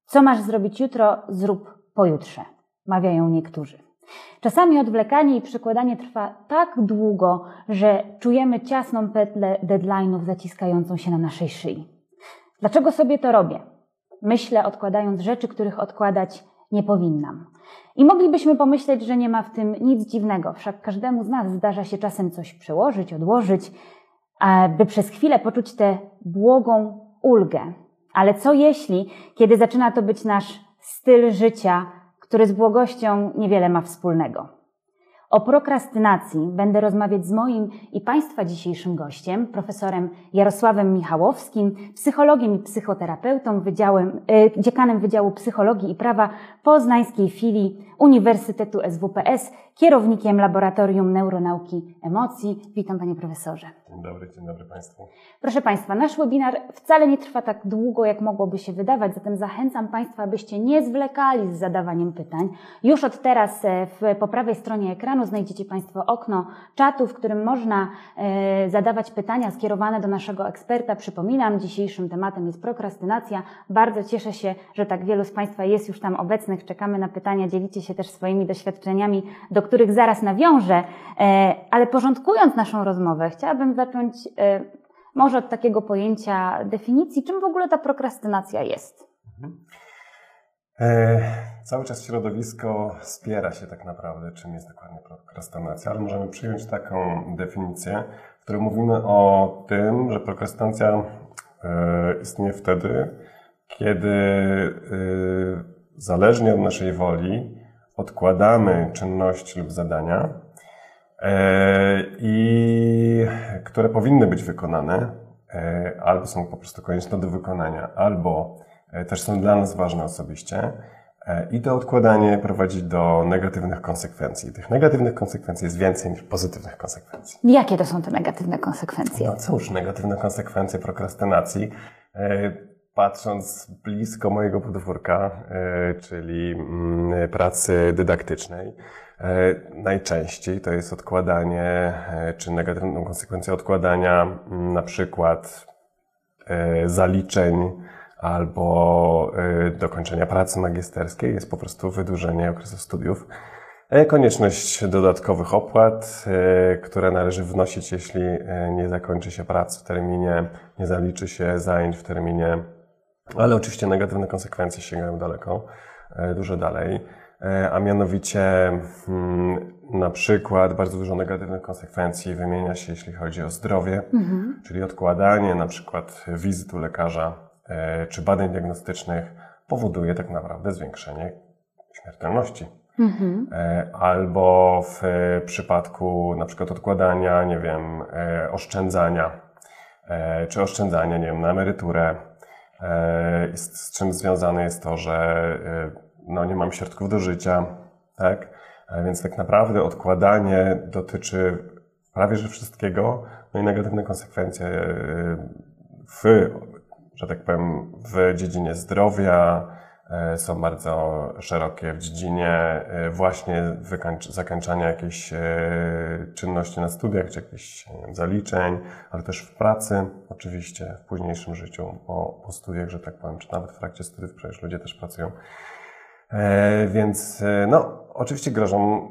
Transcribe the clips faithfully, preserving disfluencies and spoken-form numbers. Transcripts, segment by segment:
Co masz zrobić jutro, zrób pojutrze, mawiają niektórzy. Czasami odwlekanie i przekładanie trwa tak długo, że czujemy ciasną pętlę deadline'ów zaciskającą się na naszej szyi. Dlaczego sobie to robię? Myślę, odkładając rzeczy, których odkładać nie powinnam. I moglibyśmy pomyśleć, że nie ma w tym nic dziwnego, wszak każdemu z nas zdarza się czasem coś przełożyć, odłożyć, by przez chwilę poczuć tę błogą ulgę. Ale co jeśli, kiedy zaczyna to być nasz styl życia, który z błogością niewiele ma wspólnego? O prokrastynacji będę rozmawiać z moim i Państwa dzisiejszym gościem, profesorem Jarosławem Michałowskim, psychologiem i psychoterapeutą, wydziałem, e, dziekanem Wydziału Psychologii i Prawa Poznańskiej Filii Uniwersytetu S W P S, kierownikiem Laboratorium Neuronauki Emocji. Witam Panie Profesorze. Dzień dobry, dzień dobry Państwu. Proszę Państwa, nasz webinar wcale nie trwa tak długo, jak mogłoby się wydawać, zatem zachęcam Państwa, abyście nie zwlekali z zadawaniem pytań. Już od teraz w, po prawej stronie ekranu znajdziecie Państwo okno czatu, w którym można e, zadawać pytania skierowane do naszego eksperta. Przypominam, dzisiejszym tematem jest prokrastynacja. Bardzo cieszę się, że tak wielu z Państwa jest już tam obecnych. Czekamy na pytania, dzielicie się też swoimi doświadczeniami, do których zaraz nawiążę. E, ale porządkując naszą rozmowę, chciałabym zacząć e, może od takiego pojęcia definicji, czym w ogóle ta prokrastynacja jest. Mhm. E, cały czas środowisko spiera się tak naprawdę, czym jest dokładnie prokrastynacja, ale możemy przyjąć taką definicję, w której mówimy o tym, że prokrastynacja e, istnieje wtedy, kiedy e, zależnie od naszej woli odkładamy czynności lub zadania, i które powinny być wykonane, albo są po prostu konieczne do wykonania, albo też są dla nas ważne osobiście, i to odkładanie prowadzi do negatywnych konsekwencji. Tych negatywnych konsekwencji jest więcej niż pozytywnych konsekwencji. Jakie to są te negatywne konsekwencje? No cóż, negatywne konsekwencje prokrastynacji, patrząc blisko mojego podwórka, czyli pracy dydaktycznej, najczęściej to jest odkładanie, czy negatywną konsekwencją odkładania na przykład zaliczeń albo dokończenia pracy magisterskiej jest po prostu wydłużenie okresu studiów. Konieczność dodatkowych opłat, które należy wnosić, jeśli nie zakończy się pracy w terminie, nie zaliczy się zajęć w terminie, ale oczywiście negatywne konsekwencje sięgają daleko, dużo dalej. A mianowicie na przykład bardzo dużo negatywnych konsekwencji wymienia się, jeśli chodzi o zdrowie, mhm. czyli odkładanie na przykład wizyt u lekarza czy badań diagnostycznych powoduje tak naprawdę zwiększenie śmiertelności. Mhm. Albo w przypadku na przykład odkładania, nie wiem, oszczędzania, czy oszczędzania, nie wiem, na emeryturę, z czym związane jest to, że no, nie mam środków do życia, tak? Więc tak naprawdę odkładanie dotyczy prawie że wszystkiego, no i negatywne konsekwencje w, że tak powiem, w dziedzinie zdrowia są bardzo szerokie, w dziedzinie właśnie wykańcz- zakończania jakiejś czynności na studiach, czy jakichś zaliczeń, ale też w pracy, oczywiście w późniejszym życiu, po, po studiach, że tak powiem, czy nawet w trakcie studiów, przecież ludzie też pracują. E, więc no, oczywiście grożą,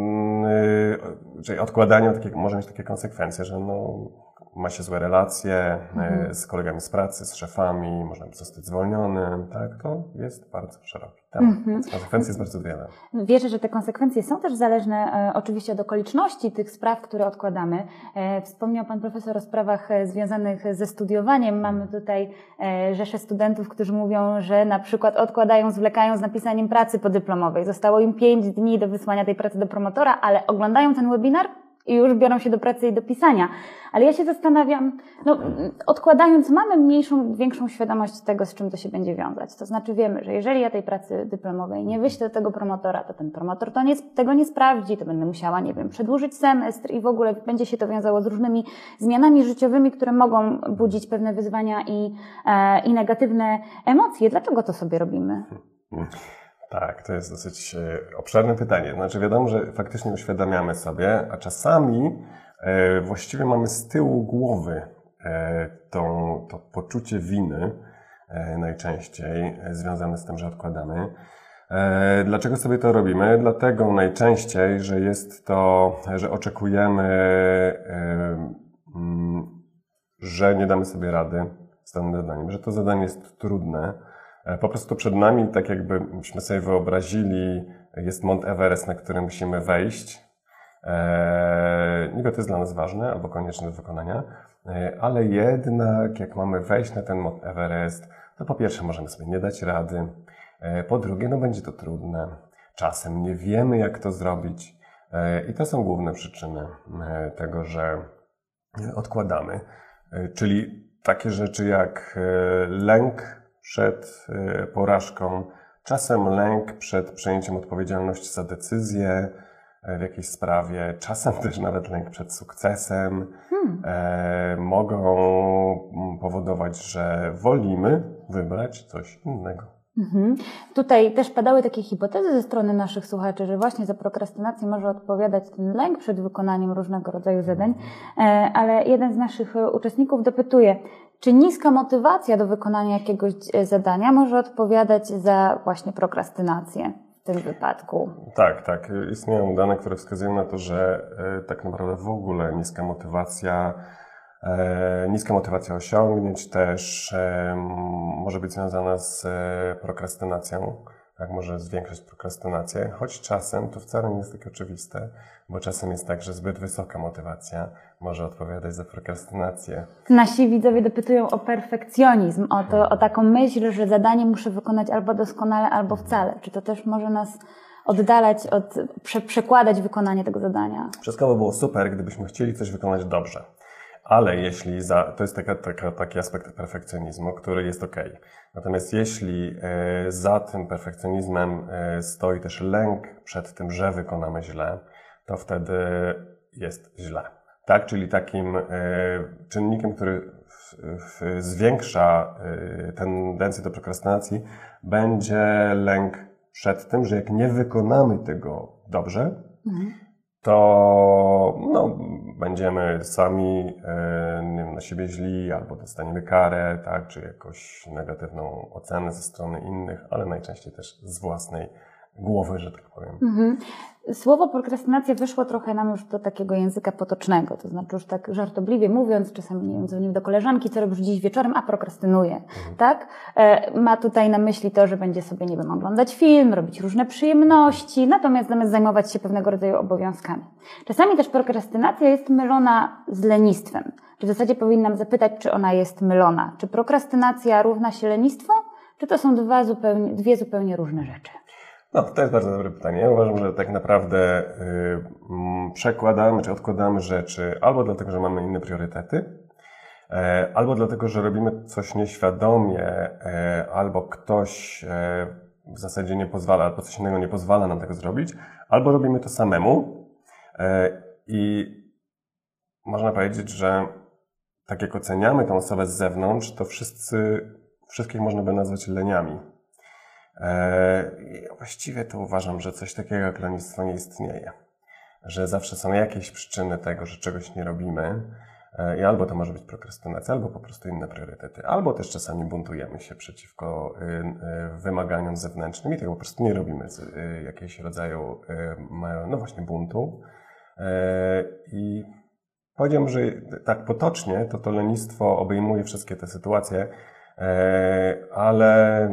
yy, czyli odkładanie takie, może mieć takie konsekwencje, że no, ma się złe relacje mhm. z kolegami z pracy, z szefami, można zostać zwolnionym, tak? To jest bardzo szeroki temat. Mhm. Konsekwencji jest bardzo wiele. Wierzę, że te konsekwencje są też zależne e, oczywiście od okoliczności tych spraw, które odkładamy. E, wspomniał Pan Profesor o sprawach e, związanych ze studiowaniem. Mamy tutaj e, rzeszę studentów, którzy mówią, że na przykład odkładają, zwlekają z napisaniem pracy podyplomowej. Zostało im pięć dni do wysłania tej pracy do promotora, ale oglądają ten webinar i już biorą się do pracy i do pisania. Ale ja się zastanawiam, no, odkładając mamy mniejszą, większą świadomość tego, z czym to się będzie wiązać. To znaczy wiemy, że jeżeli ja tej pracy dyplomowej nie wyślę do tego promotora, to ten promotor to nie, tego nie sprawdzi, to będę musiała, nie wiem, przedłużyć semestr i w ogóle będzie się to wiązało z różnymi zmianami życiowymi, które mogą budzić pewne wyzwania i, e, i negatywne emocje. Dlaczego to sobie robimy? Tak, to jest dosyć obszerne pytanie. Znaczy wiadomo, że faktycznie uświadamiamy sobie, a czasami e, właściwie mamy z tyłu głowy e, tą, to poczucie winy, najczęściej związane z tym, że odkładamy. Dlaczego sobie to robimy? Dlatego najczęściej, że jest to, że oczekujemy, że nie damy sobie rady z danym zadaniem, że to zadanie jest trudne. Po prostu przed nami, tak jakbyśmy sobie wyobrazili, jest Mount Everest, na który musimy wejść. Niby to jest dla nas ważne albo konieczne do wykonania, ale jednak jak mamy wejść na ten Mount Everest, to po pierwsze możemy sobie nie dać rady, po drugie no będzie to trudne, czasem nie wiemy jak to zrobić i to są główne przyczyny tego, że odkładamy, czyli takie rzeczy jak lęk przed porażką, czasem lęk przed przejęciem odpowiedzialności za decyzję w jakiejś sprawie, czasem też nawet lęk przed sukcesem hmm. e, mogą powodować, że wolimy wybrać coś innego. Mhm. Tutaj też padały takie hipotezy ze strony naszych słuchaczy, że właśnie za prokrastynację może odpowiadać ten lęk przed wykonaniem różnego rodzaju zadań, e, ale jeden z naszych uczestników dopytuje, czy niska motywacja do wykonania jakiegoś zadania może odpowiadać za właśnie prokrastynację w tym wypadku? Tak, tak. Istnieją dane, które wskazują na to, że e, tak naprawdę w ogóle niska motywacja, e, niska motywacja osiągnięć też e, może być związana z e, prokrastynacją. Tak, może zwiększać prokrastynację, choć czasem to wcale nie jest takie oczywiste, bo czasem jest tak, że zbyt wysoka motywacja może odpowiadać za prokrastynację. Nasi widzowie dopytują o perfekcjonizm, o, to, o taką myśl, że zadanie muszę wykonać albo doskonale, albo wcale. Czy to też może nas oddalać od, prze, przekładać wykonanie tego zadania? Wszystko by było super, gdybyśmy chcieli coś wykonać dobrze. Ale jeśli za, to jest taka, taka, taki aspekt perfekcjonizmu, który jest okej. Natomiast jeśli e, za tym perfekcjonizmem e, stoi też lęk przed tym, że wykonamy źle, to wtedy jest źle. Tak? Czyli takim e, czynnikiem, który w, w, zwiększa e, tendencję do prokrastynacji, będzie lęk przed tym, że jak nie wykonamy tego dobrze, mhm. to no, będziemy sami e, nie wiem, na siebie źli, albo dostaniemy karę, tak, czy jakąś negatywną ocenę ze strony innych, ale najczęściej też z własnej głowy, że tak powiem. Mhm. Słowo prokrastynacja wyszło trochę nam już do takiego języka potocznego, to znaczy już tak żartobliwie mówiąc, czasami nie wiem, dzwonimy do koleżanki, co robisz dziś wieczorem, a prokrastynuję, mhm. tak? E, ma tutaj na myśli to, że będzie sobie, nie wiem, oglądać film, robić różne przyjemności, natomiast zamiast zajmować się pewnego rodzaju obowiązkami. Czasami też prokrastynacja jest mylona z lenistwem. Czy w zasadzie powinnam zapytać, czy ona jest mylona? Czy prokrastynacja równa się lenistwo? Czy to są dwa zupełnie, dwie zupełnie różne rzeczy? No, to jest bardzo dobre pytanie. Ja uważam, że tak naprawdę yy, przekładamy czy odkładamy rzeczy albo dlatego, że mamy inne priorytety, e, albo dlatego, że robimy coś nieświadomie, e, albo ktoś e, w zasadzie nie pozwala, albo coś innego nie pozwala nam tego zrobić, albo robimy to samemu e, i można powiedzieć, że tak jak oceniamy tę osobę z zewnątrz, to wszyscy, wszystkich można by nazwać leniami. I właściwie to uważam, że coś takiego jak lenistwo nie istnieje. Że zawsze są jakieś przyczyny tego, że czegoś nie robimy i albo to może być prokrastynacja, albo po prostu inne priorytety. Albo też czasami buntujemy się przeciwko wymaganiom zewnętrznym i tego po prostu nie robimy z jakiegoś rodzaju, no właśnie, buntu. I powiedziałem, że tak potocznie to to lenistwo obejmuje wszystkie te sytuacje, ale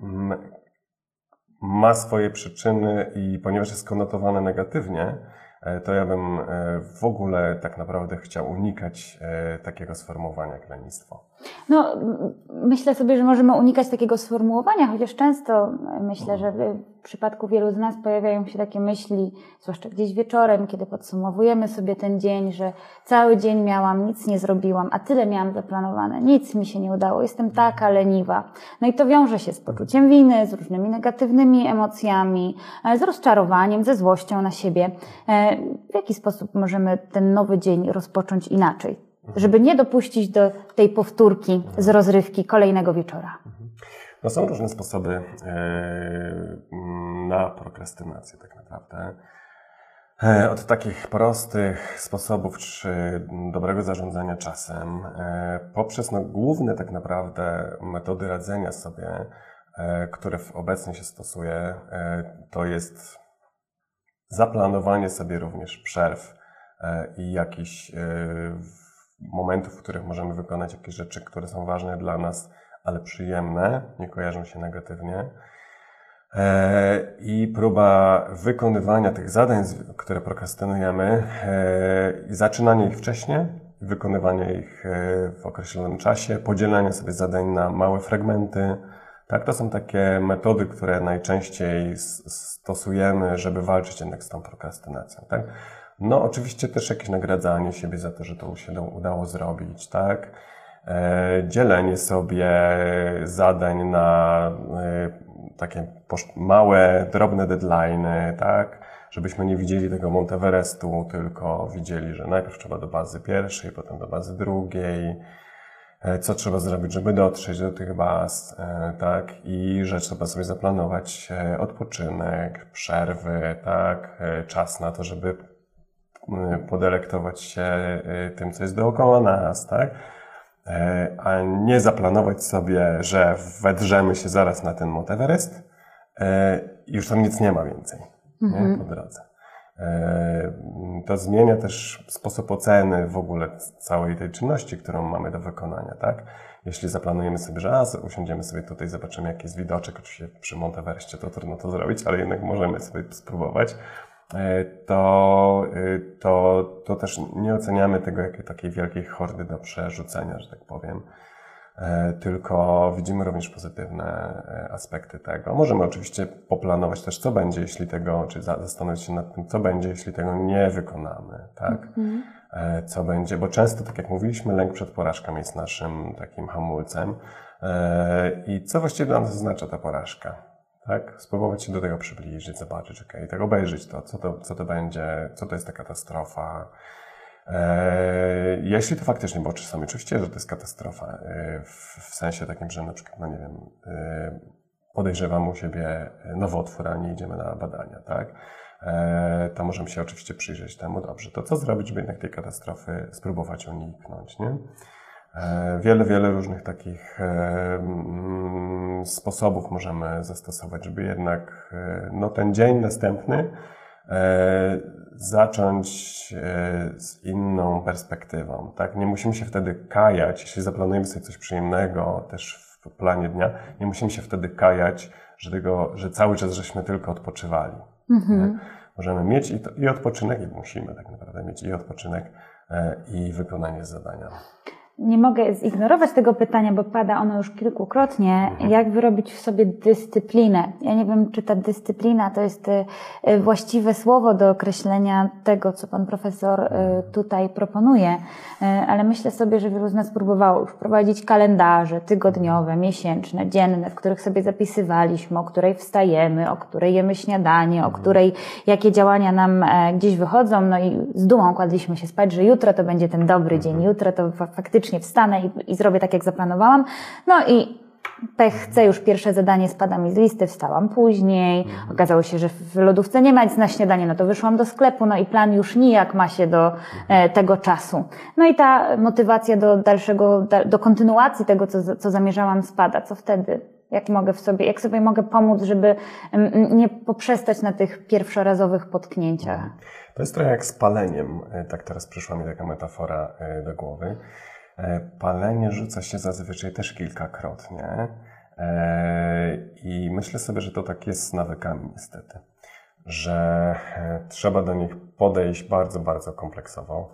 ma swoje przyczyny i ponieważ jest konotowane negatywnie, to ja bym w ogóle tak naprawdę chciał unikać takiego sformułowania jak lenistwo. No, myślę sobie, że możemy unikać takiego sformułowania, chociaż często myślę, że w przypadku wielu z nas pojawiają się takie myśli, zwłaszcza gdzieś wieczorem, kiedy podsumowujemy sobie ten dzień, że cały dzień miałam, nic nie zrobiłam, a tyle miałam zaplanowane, nic mi się nie udało, jestem taka leniwa. No i to wiąże się z poczuciem winy, z różnymi negatywnymi emocjami, z rozczarowaniem, ze złością na siebie. W jaki sposób możemy ten nowy dzień rozpocząć inaczej, żeby nie dopuścić do tej powtórki z rozrywki kolejnego wieczora? No są różne sposoby na prokrastynację tak naprawdę. Od takich prostych sposobów czy dobrego zarządzania czasem, poprzez no, główne tak naprawdę metody radzenia sobie, które obecnie się stosuje, to jest zaplanowanie sobie również przerw i jakichś momentów, w których możemy wykonać jakieś rzeczy, które są ważne dla nas, ale przyjemne, nie kojarzą się negatywnie. I próba wykonywania tych zadań, które prokrastynujemy, i zaczynanie ich wcześniej, wykonywanie ich w określonym czasie, podzielanie sobie zadań na małe fragmenty. Tak, to są takie metody, które najczęściej stosujemy, żeby walczyć jednak z tą prokrastynacją. Tak? No oczywiście też jakieś nagradzanie siebie za to, że to się udało zrobić, tak? Dzielenie sobie zadań na takie małe, drobne deadline'y, tak? Żebyśmy nie widzieli tego Monteverestu, tylko widzieli, że najpierw trzeba do bazy pierwszej, potem do bazy drugiej, co trzeba zrobić, żeby dotrzeć do tych baz, tak? I że trzeba sobie zaplanować odpoczynek, przerwy, tak? Czas na to, żeby podelektować się tym, co jest dookoła nas, tak? A nie zaplanować sobie, że wedrzemy się zaraz na ten Monteverest i już tam nic nie ma więcej, mhm. nie? Po drodze. To zmienia też sposób oceny w ogóle całej tej czynności, którą mamy do wykonania, tak? Jeśli zaplanujemy sobie, że a, usiądziemy sobie tutaj, zobaczymy jaki jest widoczek, oczywiście przy Monteverestie to trudno to zrobić, ale jednak możemy sobie spróbować, to, to, to też nie oceniamy tego jako takiej wielkiej hordy do przerzucenia, że tak powiem, tylko widzimy również pozytywne aspekty tego. Możemy oczywiście poplanować też, co będzie, jeśli tego, czy zastanowić się nad tym, co będzie, jeśli tego nie wykonamy, tak? Mhm. Co będzie, bo często, tak jak mówiliśmy, lęk przed porażką jest naszym takim hamulcem. I co właściwie dla nas oznacza ta porażka? Tak? Spróbować się do tego przybliżyć, zobaczyć, okej, tak obejrzeć to, co to, co to będzie, co to jest ta katastrofa. Eee, jeśli to faktycznie, bo czasami oczywiście, że to jest katastrofa, e, w, w sensie takim, że na przykład, no nie wiem, e, podejrzewam u siebie nowotwór, a nie idziemy na badania, tak? E, to możemy się oczywiście przyjrzeć temu, dobrze, to co zrobić, żeby jednak tej katastrofy spróbować uniknąć, nie? Wiele, wiele różnych takich sposobów możemy zastosować, żeby jednak no, ten dzień następny zacząć z inną perspektywą. Tak? Nie musimy się wtedy kajać, jeśli zaplanujemy sobie coś przyjemnego też w planie dnia, nie musimy się wtedy kajać, że, tego, że cały czas żeśmy tylko odpoczywali. Mhm. Możemy mieć i, to, i odpoczynek, i musimy tak naprawdę mieć i odpoczynek, i wykonanie zadania. Nie mogę zignorować tego pytania, bo pada ono już kilkukrotnie. Jak wyrobić w sobie dyscyplinę? Ja nie wiem, czy ta dyscyplina to jest właściwe słowo do określenia tego, co pan profesor tutaj proponuje, ale myślę sobie, że wielu z nas próbowało już wprowadzić kalendarze tygodniowe, miesięczne, dzienne, w których sobie zapisywaliśmy, o której wstajemy, o której jemy śniadanie, o której jakie działania nam gdzieś wychodzą, no i z dumą kładliśmy się spać, że jutro to będzie ten dobry dzień, jutro to faktycznie wstanę i, i zrobię tak, jak zaplanowałam. No i pech chce, już pierwsze zadanie spada mi z listy, wstałam później. Okazało się, że w lodówce nie ma nic na śniadanie, no to wyszłam do sklepu, no i plan już nijak ma się do e, tego czasu. No i ta motywacja do dalszego, do kontynuacji tego, co, co zamierzałam, spada. Co wtedy? Jak mogę w sobie, jak sobie mogę pomóc, żeby nie poprzestać na tych pierwszorazowych potknięciach? To jest trochę jak z paleniem. Tak teraz przyszła mi taka metafora do głowy. Palenie rzuca się zazwyczaj też kilkakrotnie i myślę sobie, że to tak jest z nawykami niestety, że trzeba do nich podejść bardzo, bardzo kompleksowo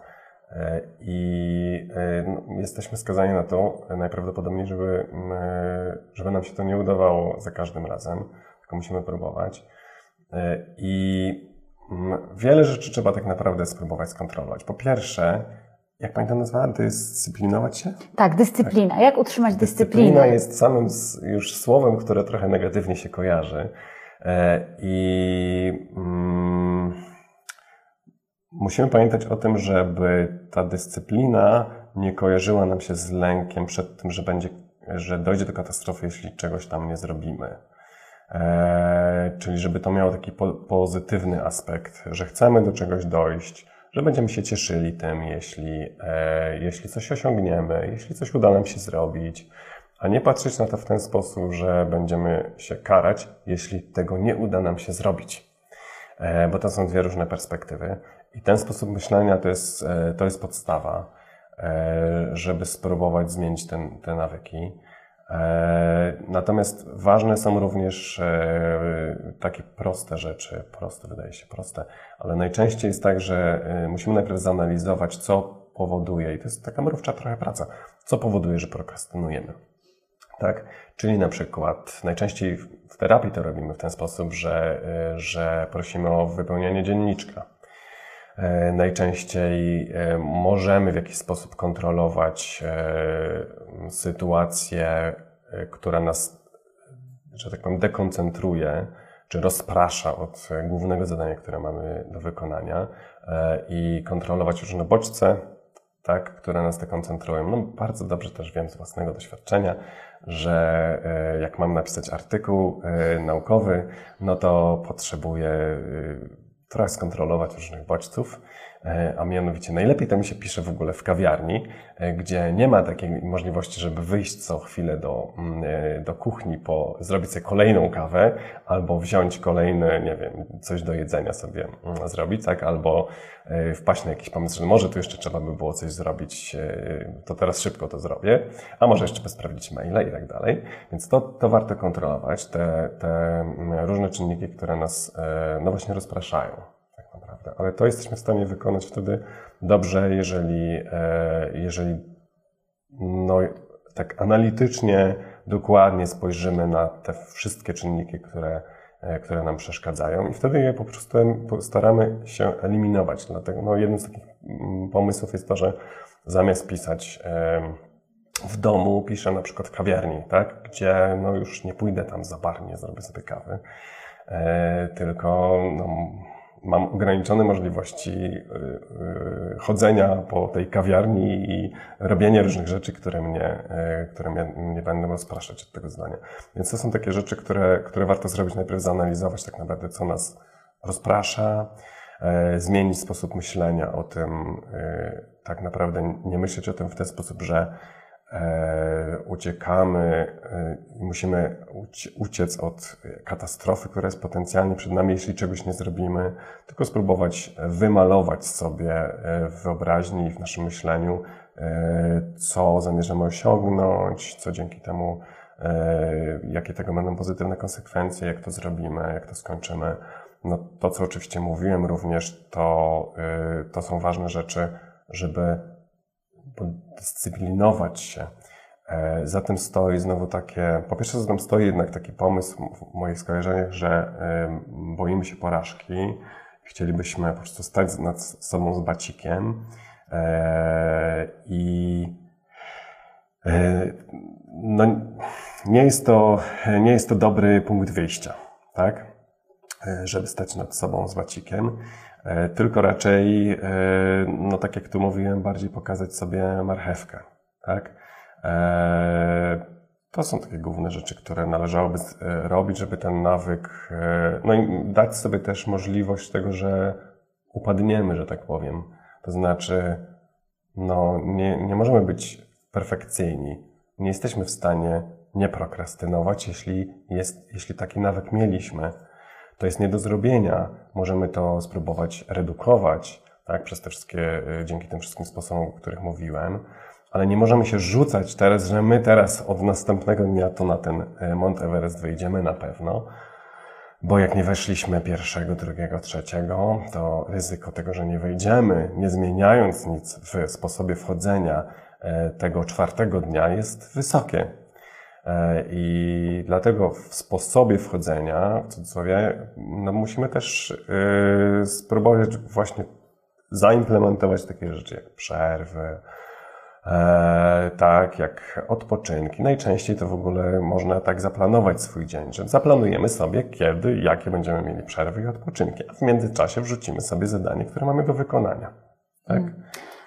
i no, jesteśmy skazani na to najprawdopodobniej, żeby, żeby nam się to nie udawało za każdym razem, tylko musimy próbować i wiele rzeczy trzeba tak naprawdę spróbować skontrolować. Po pierwsze, jak pani to nazwała? Dyscyplinować się? Tak, dyscyplina. Tak. Jak utrzymać dyscyplinę? Dyscyplina jest samym już słowem, które trochę negatywnie się kojarzy. I mm, musimy pamiętać o tym, żeby ta dyscyplina nie kojarzyła nam się z lękiem przed tym, że będzie, że dojdzie do katastrofy, jeśli czegoś tam nie zrobimy. E, czyli żeby to miało taki po, pozytywny aspekt, że chcemy do czegoś dojść, że będziemy się cieszyli tym, jeśli, e, jeśli coś osiągniemy, jeśli coś uda nam się zrobić, a nie patrzeć na to w ten sposób, że będziemy się karać, jeśli tego nie uda nam się zrobić. E, bo to są dwie różne perspektywy. I ten sposób myślenia to jest, e, to jest podstawa, e, żeby spróbować zmienić ten, te nawyki. Natomiast ważne są również takie proste rzeczy, proste wydaje się proste, ale najczęściej jest tak, że musimy najpierw zanalizować, co powoduje, i to jest taka mrówcza trochę praca, co powoduje, że prokrastynujemy. Tak? Czyli na przykład najczęściej w terapii to robimy w ten sposób, że, że prosimy o wypełnianie dzienniczka. Najczęściej możemy w jakiś sposób kontrolować sytuację, która nas, że tak powiem, dekoncentruje, czy rozprasza od głównego zadania, które mamy do wykonania, i kontrolować różne bodźce, tak, które nas dekoncentrują. No, bardzo dobrze też wiem z własnego doświadczenia, że jak mam napisać artykuł naukowy, no to potrzebuję trochę skontrolować różnych bodźców, a mianowicie najlepiej to mi się pisze w ogóle w kawiarni, gdzie nie ma takiej możliwości, żeby wyjść co chwilę do, do kuchni, po, zrobić sobie kolejną kawę, albo wziąć kolejne, nie wiem, coś do jedzenia sobie zrobić, tak, albo wpaść na jakiś pomysł, że może tu jeszcze trzeba by było coś zrobić, to teraz szybko to zrobię, a może jeszcze sprawdzić maile i tak dalej. Więc to, to warto kontrolować, te, te różne czynniki, które nas, no właśnie, rozpraszają. Ale to jesteśmy w stanie wykonać wtedy dobrze, jeżeli, jeżeli no, tak analitycznie, dokładnie spojrzymy na te wszystkie czynniki, które, które nam przeszkadzają, i wtedy je po prostu staramy się eliminować. Dlatego no, jednym z takich pomysłów jest to, że zamiast pisać w domu, piszę na przykład w kawiarni, tak? Gdzie no, już nie pójdę tam za bar, nie zrobię sobie kawy, tylko no, mam ograniczone możliwości chodzenia po tej kawiarni i robienia różnych rzeczy, które mnie, które mnie nie będą rozpraszać od tego zdania. Więc to są takie rzeczy, które, które warto zrobić, najpierw zanalizować tak naprawdę, co nas rozprasza, zmienić sposób myślenia o tym, tak naprawdę nie myśleć o tym w ten sposób, że uciekamy i musimy uciec od katastrofy, która jest potencjalnie przed nami, jeśli czegoś nie zrobimy, tylko spróbować wymalować sobie w wyobraźni i w naszym myśleniu, co zamierzamy osiągnąć, co dzięki temu, jakie tego będą pozytywne konsekwencje, jak to zrobimy, jak to skończymy. No, to, co oczywiście mówiłem również, to, to są ważne rzeczy, żeby dyscyplinować się. Za tym stoi znowu takie, po pierwsze za tym stoi jednak taki pomysł w moich skojarzeniach, że boimy się porażki, chcielibyśmy po prostu stać nad sobą z bacikiem i no, nie jest to, nie jest to dobry punkt wyjścia, tak? Żeby stać nad sobą z bacikiem. Tylko raczej, no tak jak tu mówiłem, bardziej pokazać sobie marchewkę, tak? To są takie główne rzeczy, które należałoby robić, żeby ten nawyk, no i dać sobie też możliwość tego, że upadniemy, że tak powiem. To znaczy, no nie, nie możemy być perfekcyjni. Nie jesteśmy w stanie nie prokrastynować, jeśli jest, jeśli taki nawyk mieliśmy. To jest nie do zrobienia. Możemy to spróbować redukować, tak, przez te wszystkie, dzięki tym wszystkim sposobom, o których mówiłem, ale nie możemy się rzucać teraz, że my teraz od następnego dnia to na ten Mount Everest wyjdziemy na pewno, bo jak nie weszliśmy pierwszego, drugiego, trzeciego, to ryzyko tego, że nie wejdziemy, nie zmieniając nic w sposobie wchodzenia tego czwartego dnia, jest wysokie. I dlatego w sposobie wchodzenia, w cudzysłowie, no musimy też yy, spróbować właśnie zaimplementować takie rzeczy jak przerwy, e, tak, jak odpoczynki. Najczęściej to w ogóle można tak zaplanować swój dzień, że zaplanujemy sobie, kiedy, jakie będziemy mieli przerwy i odpoczynki, a w międzyczasie wrzucimy sobie zadanie, które mamy do wykonania. Tak?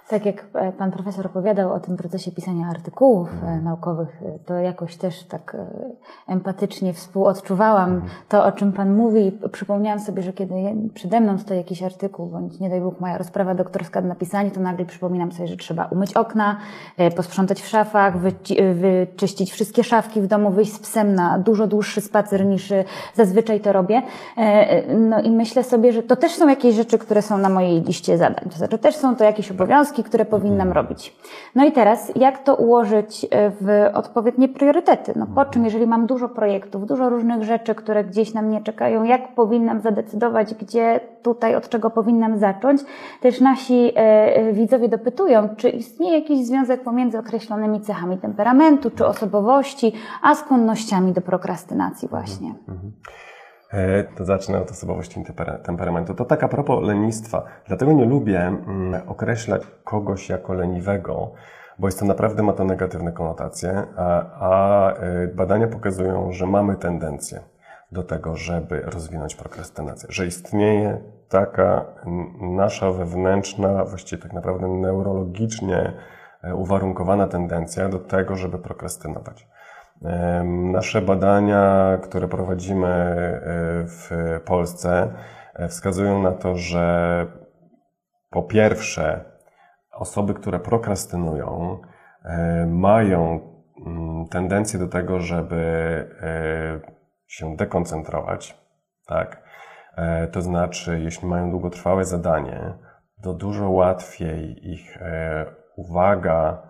Tak jak pan profesor opowiadał o tym procesie pisania artykułów Mhm. naukowych, to jakoś też tak empatycznie współodczuwałam Mhm. to, o czym pan mówi. Przypomniałam sobie, że kiedy przede mną stoi jakiś artykuł, bądź nie daj Bóg moja rozprawa doktorska do napisania, to nagle przypominam sobie, że trzeba umyć okna, posprzątać w szafach, wyci- wyczyścić wszystkie szafki w domu, wyjść z psem na dużo dłuższy spacer niż zazwyczaj to robię. No i myślę sobie, że to też są jakieś rzeczy, które są na mojej liście zadań. To znaczy też są to jakieś obowiązki, które powinnam robić. No i teraz, jak to ułożyć w odpowiednie priorytety? No po czym, jeżeli mam dużo projektów, dużo różnych rzeczy, które gdzieś na mnie czekają, jak powinnam zadecydować, gdzie tutaj, od czego powinnam zacząć? Też nasi e, widzowie dopytują, czy istnieje jakiś związek pomiędzy określonymi cechami temperamentu, czy osobowości, a skłonnościami do prokrastynacji właśnie. Mhm. To zacznę od osobowości i temperamentu. To tak a propos lenistwa. Dlatego nie lubię mm, określać kogoś jako leniwego, bo jest to naprawdę, ma to negatywne konotacje, a, a badania pokazują, że mamy tendencję do tego, żeby rozwinąć prokrastynację, że istnieje taka nasza wewnętrzna, właściwie tak naprawdę neurologicznie uwarunkowana tendencja do tego, żeby prokrastynować. Nasze badania, które prowadzimy w Polsce, wskazują na to, że po pierwsze osoby, które prokrastynują, mają tendencję do tego, żeby się dekoncentrować, tak? To znaczy, jeśli mają długotrwałe zadanie, to dużo łatwiej ich uwaga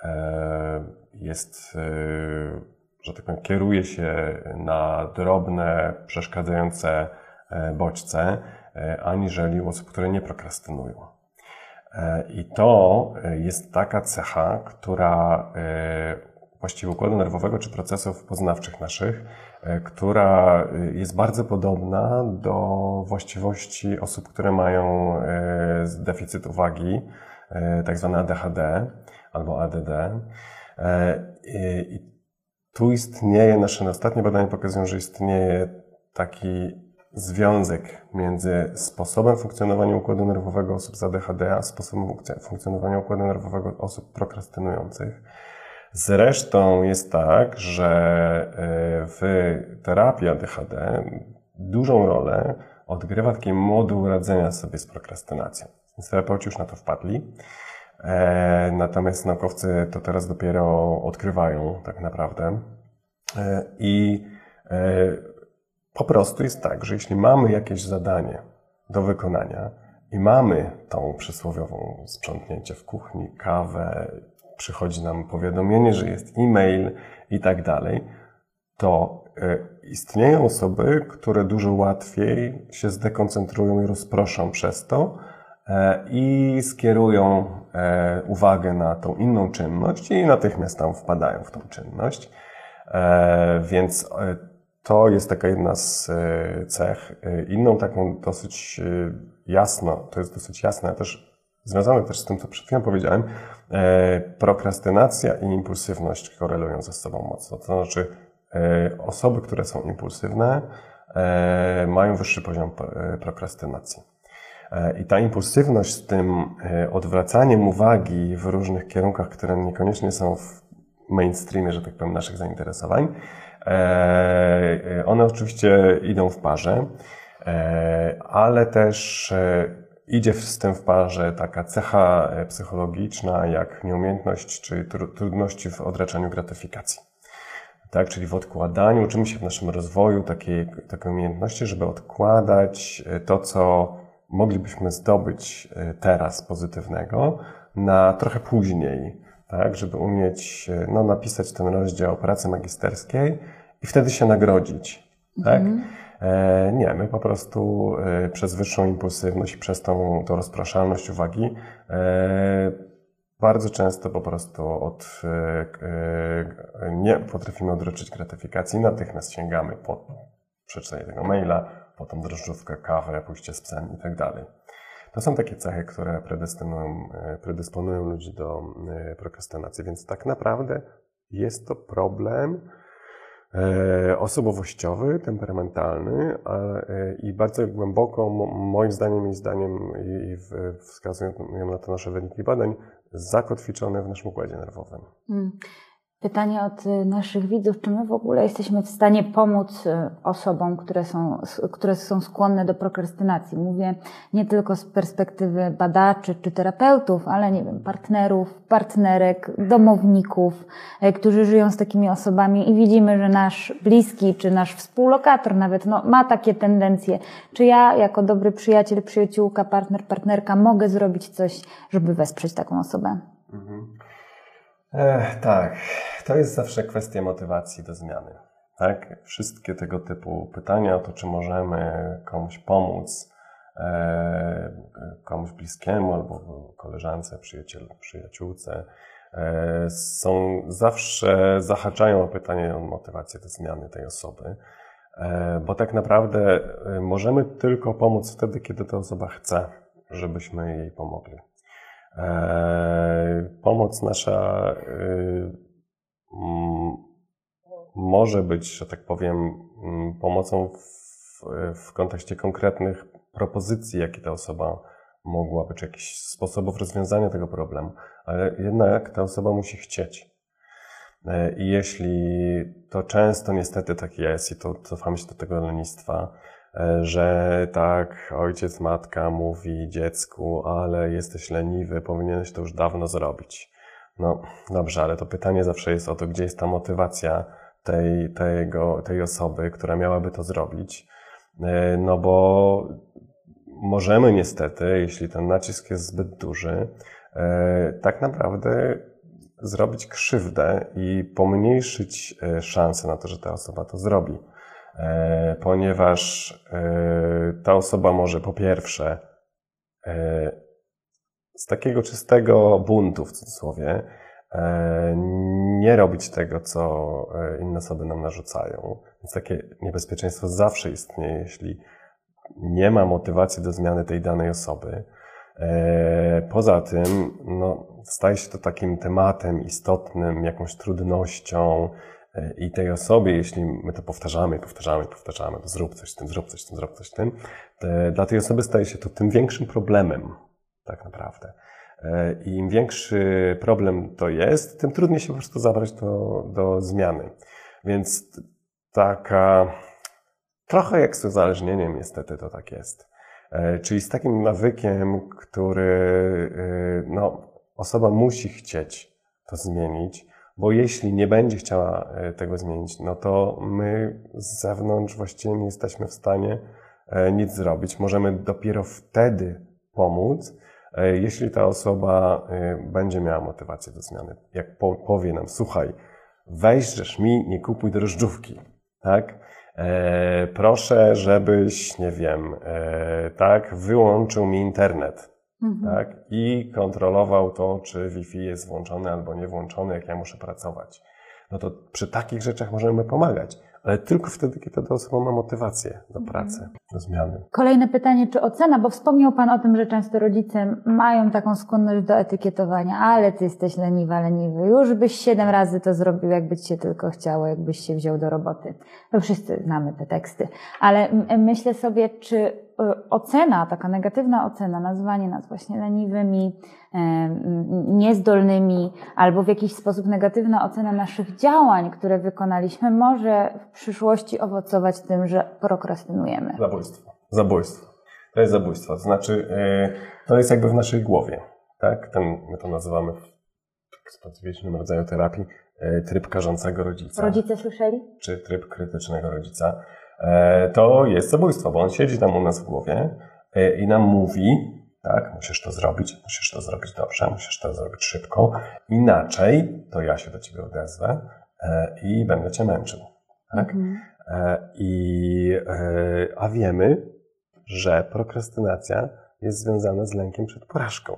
jest, że tak powiem, kieruje się na drobne, przeszkadzające bodźce, aniżeli u osób, które nie prokrastynują. I to jest taka cecha, która właściwie układu nerwowego czy procesów poznawczych naszych, która jest bardzo podobna do właściwości osób, które mają deficyt uwagi, tak zwane A D H D albo A D D. I tu istnieje, nasze ostatnie badania pokazują, że istnieje taki związek między sposobem funkcjonowania układu nerwowego osób z A D H D, a sposobem funkcjonowania układu nerwowego osób prokrastynujących. Zresztą jest tak, że w terapii A D H D dużą rolę odgrywa taki moduł radzenia sobie z prokrastynacją. Więc terapeuci już na to wpadli. Natomiast naukowcy to teraz dopiero odkrywają tak naprawdę. I po prostu jest tak, że jeśli mamy jakieś zadanie do wykonania i mamy tą przysłowiową sprzątnięcie w kuchni, kawę, przychodzi nam powiadomienie, że jest e-mail i tak dalej, to istnieją osoby, które dużo łatwiej się zdekoncentrują i rozproszą przez to i skierują uwagę na tą inną czynność i natychmiast tam wpadają w tą czynność. Więc to jest taka jedna z cech. Inną taką dosyć jasno, to jest dosyć jasne, też związane też z tym, co przed chwilą powiedziałem, prokrastynacja i impulsywność korelują ze sobą mocno. To znaczy osoby, które są impulsywne, mają wyższy poziom prokrastynacji. I ta impulsywność z tym odwracaniem uwagi w różnych kierunkach, które niekoniecznie są w mainstreamie, że tak powiem, naszych zainteresowań, one oczywiście idą w parze, ale też idzie z tym w parze taka cecha psychologiczna jak nieumiejętność czy trudności w odraczaniu gratyfikacji. Tak, czyli w odkładaniu, uczymy się w naszym rozwoju takiej, takiej umiejętności, żeby odkładać to, co moglibyśmy zdobyć teraz pozytywnego, na trochę później, tak, żeby umieć no, napisać ten rozdział pracy magisterskiej i wtedy się nagrodzić. Tak? Mhm. E, nie, my po prostu e, przez wyższą impulsywność i przez tą, tą rozpraszalność uwagi e, bardzo często po prostu od, e, nie potrafimy odroczyć gratyfikacji, natychmiast sięgamy po przeczytanie tego maila, po tą drożdżówkę, kawę, pójście z psem i tak dalej. To są takie cechy, które predysponują, predysponują ludzi do prokrastynacji, więc tak naprawdę jest to problem e, osobowościowy, temperamentalny a, e, i bardzo głęboko, moim zdaniem i zdaniem i, i wskazują na to nasze wyniki badań, zakotwiczone w naszym układzie nerwowym. Hmm. Pytanie od naszych widzów, czy my w ogóle jesteśmy w stanie pomóc osobom, które są, które są skłonne do prokrastynacji? Mówię nie tylko z perspektywy badaczy czy terapeutów, ale nie wiem, partnerów, partnerek, domowników, którzy żyją z takimi osobami i widzimy, że nasz bliski czy nasz współlokator nawet no, ma takie tendencje. Czy ja jako dobry przyjaciel, przyjaciółka, partner, partnerka mogę zrobić coś, żeby wesprzeć taką osobę? Mhm. Ech, tak, to jest zawsze kwestia motywacji do zmiany. Tak? Wszystkie tego typu pytania o to, czy możemy komuś pomóc, e, komuś bliskiemu albo koleżance, przyjaciel, przyjaciółce, e, są zawsze zahaczają o pytanie o motywację do zmiany tej osoby, e, bo tak naprawdę możemy tylko pomóc wtedy, kiedy ta osoba chce, żebyśmy jej pomogli. E, pomoc nasza e, m, może być, że tak powiem, m, pomocą w, w kontekście konkretnych propozycji, jakie ta osoba mogłaby, czy jakichś sposobów rozwiązania tego problemu, ale jednak ta osoba musi chcieć. E, I jeśli to często niestety tak jest, i to cofamy się do tego lenistwa, że tak, ojciec, matka mówi dziecku, ale jesteś leniwy, powinieneś to już dawno zrobić. No dobrze, ale to pytanie zawsze jest o to, gdzie jest ta motywacja tej, tego, tej osoby, która miałaby to zrobić. No bo możemy niestety, jeśli ten nacisk jest zbyt duży, tak naprawdę zrobić krzywdę i pomniejszyć szanse na to, że ta osoba to zrobi. Ponieważ ta osoba może po pierwsze z takiego czystego buntu, w cudzysłowie, nie robić tego, co inne osoby nam narzucają. Więc takie niebezpieczeństwo zawsze istnieje, jeśli nie ma motywacji do zmiany tej danej osoby. Poza tym, no, staje się to takim tematem istotnym, jakąś trudnością, i tej osobie, jeśli my to powtarzamy, powtarzamy, powtarzamy, to zrób coś z tym, zrób coś z tym, zrób coś z tym, dla tej osoby staje się to tym większym problemem, tak naprawdę. I im większy problem to jest, tym trudniej się po prostu zabrać do, do zmiany. Więc taka, trochę jak z uzależnieniem niestety to tak jest. Czyli z takim nawykiem, który, no, osoba musi chcieć to zmienić, bo jeśli nie będzie chciała tego zmienić, no to my z zewnątrz właściwie nie jesteśmy w stanie nic zrobić. Możemy dopiero wtedy pomóc, jeśli ta osoba będzie miała motywację do zmiany. Jak powie nam, słuchaj, weź mi, nie kupuj drożdżówki, tak? E, proszę, żebyś, nie wiem, e, tak, wyłączył mi internet. Mhm. Tak? I kontrolował to, czy Wi-Fi jest włączone albo nie włączone, jak ja muszę pracować. No to przy takich rzeczach możemy pomagać, ale tylko wtedy, kiedy ta osoba ma motywację do pracy, mhm. do zmiany. Kolejne pytanie, czy ocena, bo wspomniał Pan o tym, że często rodzice mają taką skłonność do etykietowania, ale Ty jesteś leniwa, leniwy, już byś siedem razy to zrobił, jakby Ci się tylko chciało, jakbyś się wziął do roboty. To wszyscy znamy te teksty, ale myślę sobie, czy ocena, taka negatywna ocena, nazwanie nas właśnie leniwymi, niezdolnymi albo w jakiś sposób negatywna ocena naszych działań, które wykonaliśmy, może w przyszłości owocować tym, że prokrastynujemy. Zabójstwo. Zabójstwo. To jest zabójstwo. To znaczy, to jest jakby w naszej głowie. Tak? Ten, my to nazywamy w specyficznym rodzaju terapii tryb karzącego rodzica. Rodzice słyszeli? Czy tryb krytycznego rodzica. To jest zabójstwo, bo on siedzi tam u nas w głowie i nam mówi, tak, musisz to zrobić, musisz to zrobić dobrze, musisz to zrobić szybko, inaczej to ja się do ciebie odezwę i będę cię męczył. Tak? Mhm. I, a wiemy, że prokrastynacja jest związana z lękiem przed porażką.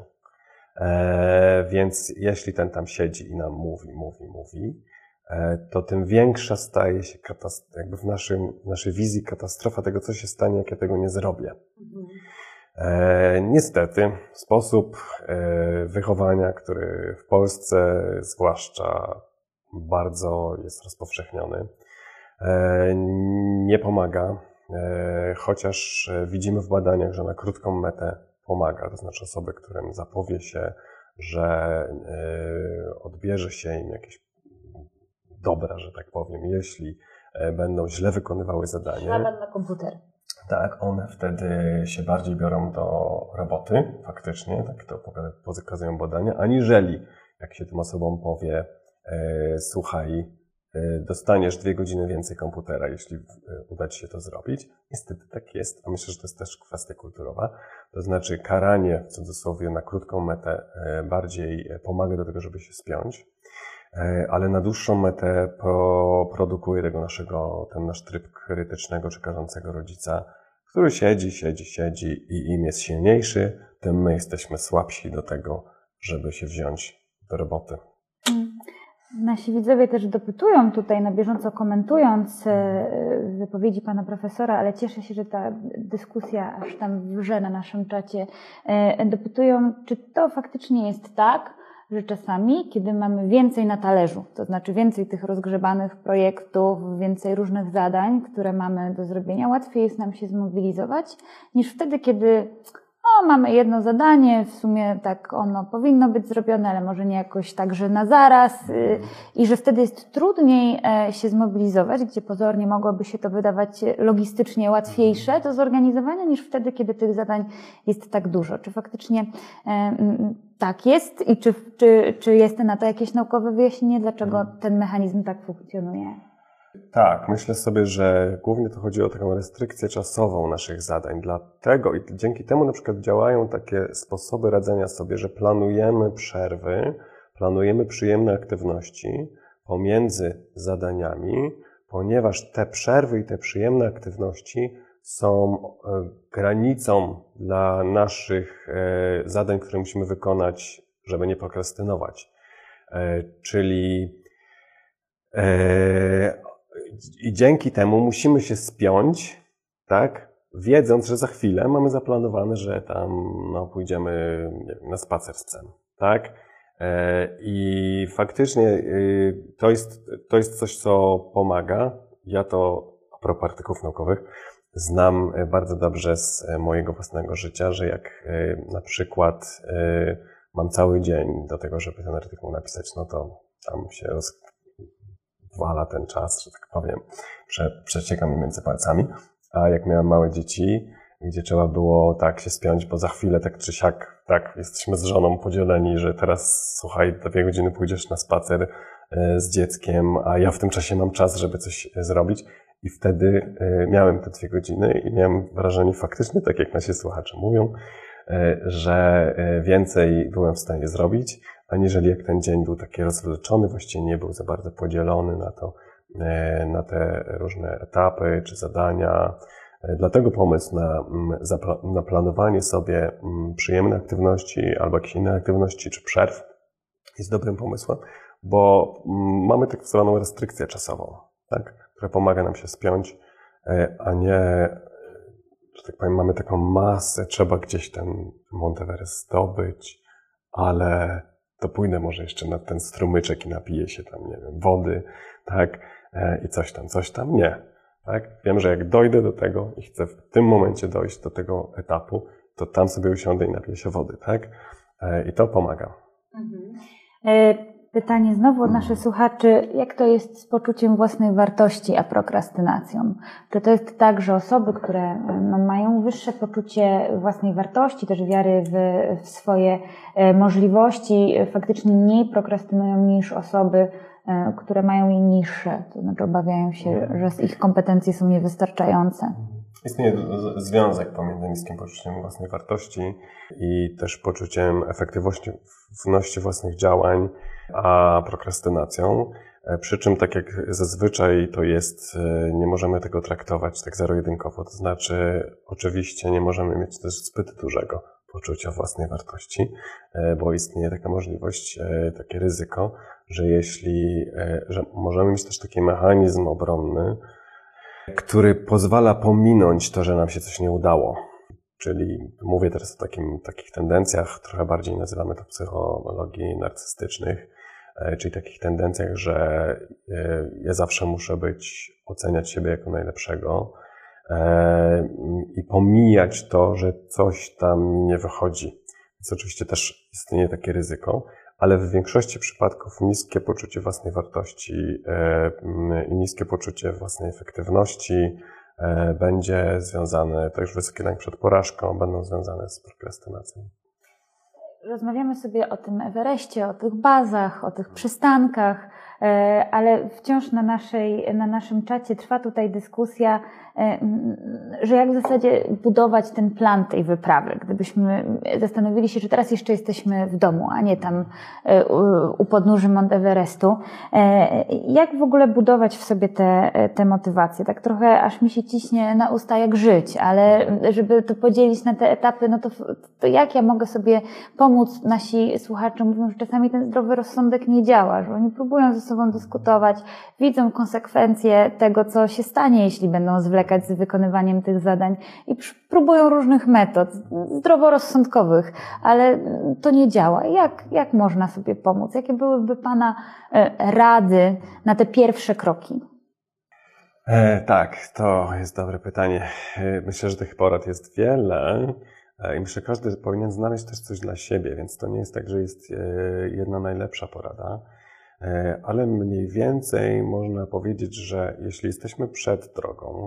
Więc jeśli ten tam siedzi i nam mówi, mówi, mówi, to tym większa staje się katastrofa, jakby w naszym, naszej wizji katastrofa tego, co się stanie, jak ja tego nie zrobię. Mhm. E, niestety sposób e, wychowania, który w Polsce zwłaszcza bardzo jest rozpowszechniony, nie pomaga, chociaż widzimy w badaniach, że na krótką metę pomaga, to znaczy osoby, którym zapowie się, że odbierze się im jakieś dobra, że tak powiem, jeśli będą źle wykonywały zadanie. Szlaban na komputer. Tak, one wtedy się bardziej biorą do roboty, faktycznie, tak to pokazują badania, aniżeli jak się tym osobom powie, e, słuchaj, e, dostaniesz dwie godziny więcej komputera, jeśli uda ci się to zrobić. Niestety tak jest, a myślę, że to jest też kwestia kulturowa. To znaczy karanie, w cudzysłowie, na krótką metę e, bardziej pomaga do tego, żeby się spiąć, e, ale na dłuższą metę pro, produkuje tego naszego, ten nasz tryb krytycznego czy karzącego rodzica, który siedzi, siedzi, siedzi i im jest silniejszy, tym my jesteśmy słabsi do tego, żeby się wziąć do roboty. Nasi widzowie też dopytują tutaj, na bieżąco komentując wypowiedzi pana profesora, ale cieszę się, że ta dyskusja aż tam wrze na naszym czacie. Dopytują, czy to faktycznie jest tak, że czasami, kiedy mamy więcej na talerzu, to znaczy więcej tych rozgrzebanych projektów, więcej różnych zadań, które mamy do zrobienia, łatwiej jest nam się zmobilizować, niż wtedy, kiedy o, mamy jedno zadanie, w sumie tak ono powinno być zrobione, ale może nie jakoś tak, że na zaraz yy, i że wtedy jest trudniej e, się zmobilizować, gdzie pozornie mogłoby się to wydawać logistycznie łatwiejsze do zorganizowania, niż wtedy, kiedy tych zadań jest tak dużo. Czy faktycznie e, tak jest i czy, czy, czy jest na to jakieś naukowe wyjaśnienie, dlaczego ten mechanizm tak funkcjonuje? Tak, myślę sobie, że głównie to chodzi o taką restrykcję czasową naszych zadań. Dlatego i dzięki temu na przykład działają takie sposoby radzenia sobie, że planujemy przerwy, planujemy przyjemne aktywności pomiędzy zadaniami, ponieważ te przerwy i te przyjemne aktywności są granicą dla naszych zadań, które musimy wykonać, żeby nie prokrastynować. Czyli i dzięki temu musimy się spiąć, tak, wiedząc, że za chwilę mamy zaplanowane, że tam no, pójdziemy nie wiem, na spacer z psem, tak? I faktycznie to jest, to jest coś, co pomaga. Ja to, a propos artykułów naukowych, znam bardzo dobrze z mojego własnego życia, że jak na przykład mam cały dzień do tego, żeby ten artykuł napisać, no to tam się roz... wala ten czas, że tak powiem, prze, przecieka mi między palcami, a jak miałem małe dzieci, gdzie trzeba było tak się spiąć, bo za chwilę tak czy siak, tak, jesteśmy z żoną podzieleni, że teraz słuchaj, dwie godziny pójdziesz na spacer z dzieckiem, a ja w tym czasie mam czas, żeby coś zrobić i wtedy miałem te dwie godziny i miałem wrażenie faktycznie, tak jak nasi słuchacze mówią, że więcej byłem w stanie zrobić, aniżeli jak ten dzień był taki rozwleczony, właściwie nie był za bardzo podzielony na to, na te różne etapy czy zadania. Dlatego pomysł na, na planowanie sobie przyjemnej aktywności albo jakiejś innej aktywności czy przerw jest dobrym pomysłem, bo mamy tak zwaną restrykcję czasową, tak, która pomaga nam się spiąć, a nie, że tak powiem, mamy taką masę, trzeba gdzieś ten Mount Everest zdobyć, ale to pójdę może jeszcze na ten strumyczek i napiję się tam, nie wiem, wody, tak, i coś tam, coś tam. Nie, tak. Wiem, że jak dojdę do tego i chcę w tym momencie dojść do tego etapu, to tam sobie usiądę i napiję się wody, tak, i to pomaga. Mhm. Pytanie znowu od naszych słuchaczy, jak to jest z poczuciem własnej wartości, a prokrastynacją? Czy to jest tak, że osoby, które no, mają wyższe poczucie własnej wartości, też wiary w, w swoje możliwości, faktycznie mniej prokrastynują niż osoby, które mają je niższe, to znaczy obawiają się, że ich kompetencje są niewystarczające? Istnieje związek pomiędzy niskim poczuciem własnej wartości i też poczuciem efektywności własnych działań, a prokrastynacją. Przy czym, tak jak zazwyczaj to jest, nie możemy tego traktować tak zero-jedynkowo. To znaczy, oczywiście nie możemy mieć też zbyt dużego poczucia własnej wartości, bo istnieje taka możliwość, takie ryzyko, że jeśli, że możemy mieć też taki mechanizm obronny, który pozwala pominąć to, że nam się coś nie udało. Czyli mówię teraz o takim, takich tendencjach, trochę bardziej nazywamy to psychologii narcystycznych, czyli takich tendencjach, że ja zawsze muszę być, oceniać siebie jako najlepszego i pomijać to, że coś tam mi nie wychodzi. Więc oczywiście też istnieje takie ryzyko, ale w większości przypadków niskie poczucie własnej wartości i niskie poczucie własnej efektywności będzie związane, też wysoki lęk przed porażką, będą związane z prokrastynacją. Rozmawiamy sobie o tym Everestie, o tych bazach, o tych przystankach, ale wciąż na, naszej, na naszym czacie trwa tutaj dyskusja, że jak w zasadzie budować ten plan tej wyprawy. Gdybyśmy zastanowili się, że teraz jeszcze jesteśmy w domu, a nie tam u podnóży Mount Everestu, jak w ogóle budować w sobie te, te motywacje? Tak trochę aż mi się ciśnie na usta, jak żyć, ale żeby to podzielić na te etapy, no to, to jak ja mogę sobie pomóc? Nasi słuchacze mówią, że czasami ten zdrowy rozsądek nie działa, że oni próbują ze sobą dyskutować, widzą konsekwencje tego, co się stanie, jeśli będą zwlekać z wykonywaniem tych zadań i próbują różnych metod, zdroworozsądkowych, ale to nie działa. Jak, jak można sobie pomóc? Jakie byłyby Pana rady na te pierwsze kroki? E, tak, to jest dobre pytanie. Myślę, że tych porad jest wiele i myślę, że każdy powinien znaleźć też coś dla siebie, więc to nie jest tak, że jest jedna najlepsza porada. Ale mniej więcej można powiedzieć, że jeśli jesteśmy przed drogą,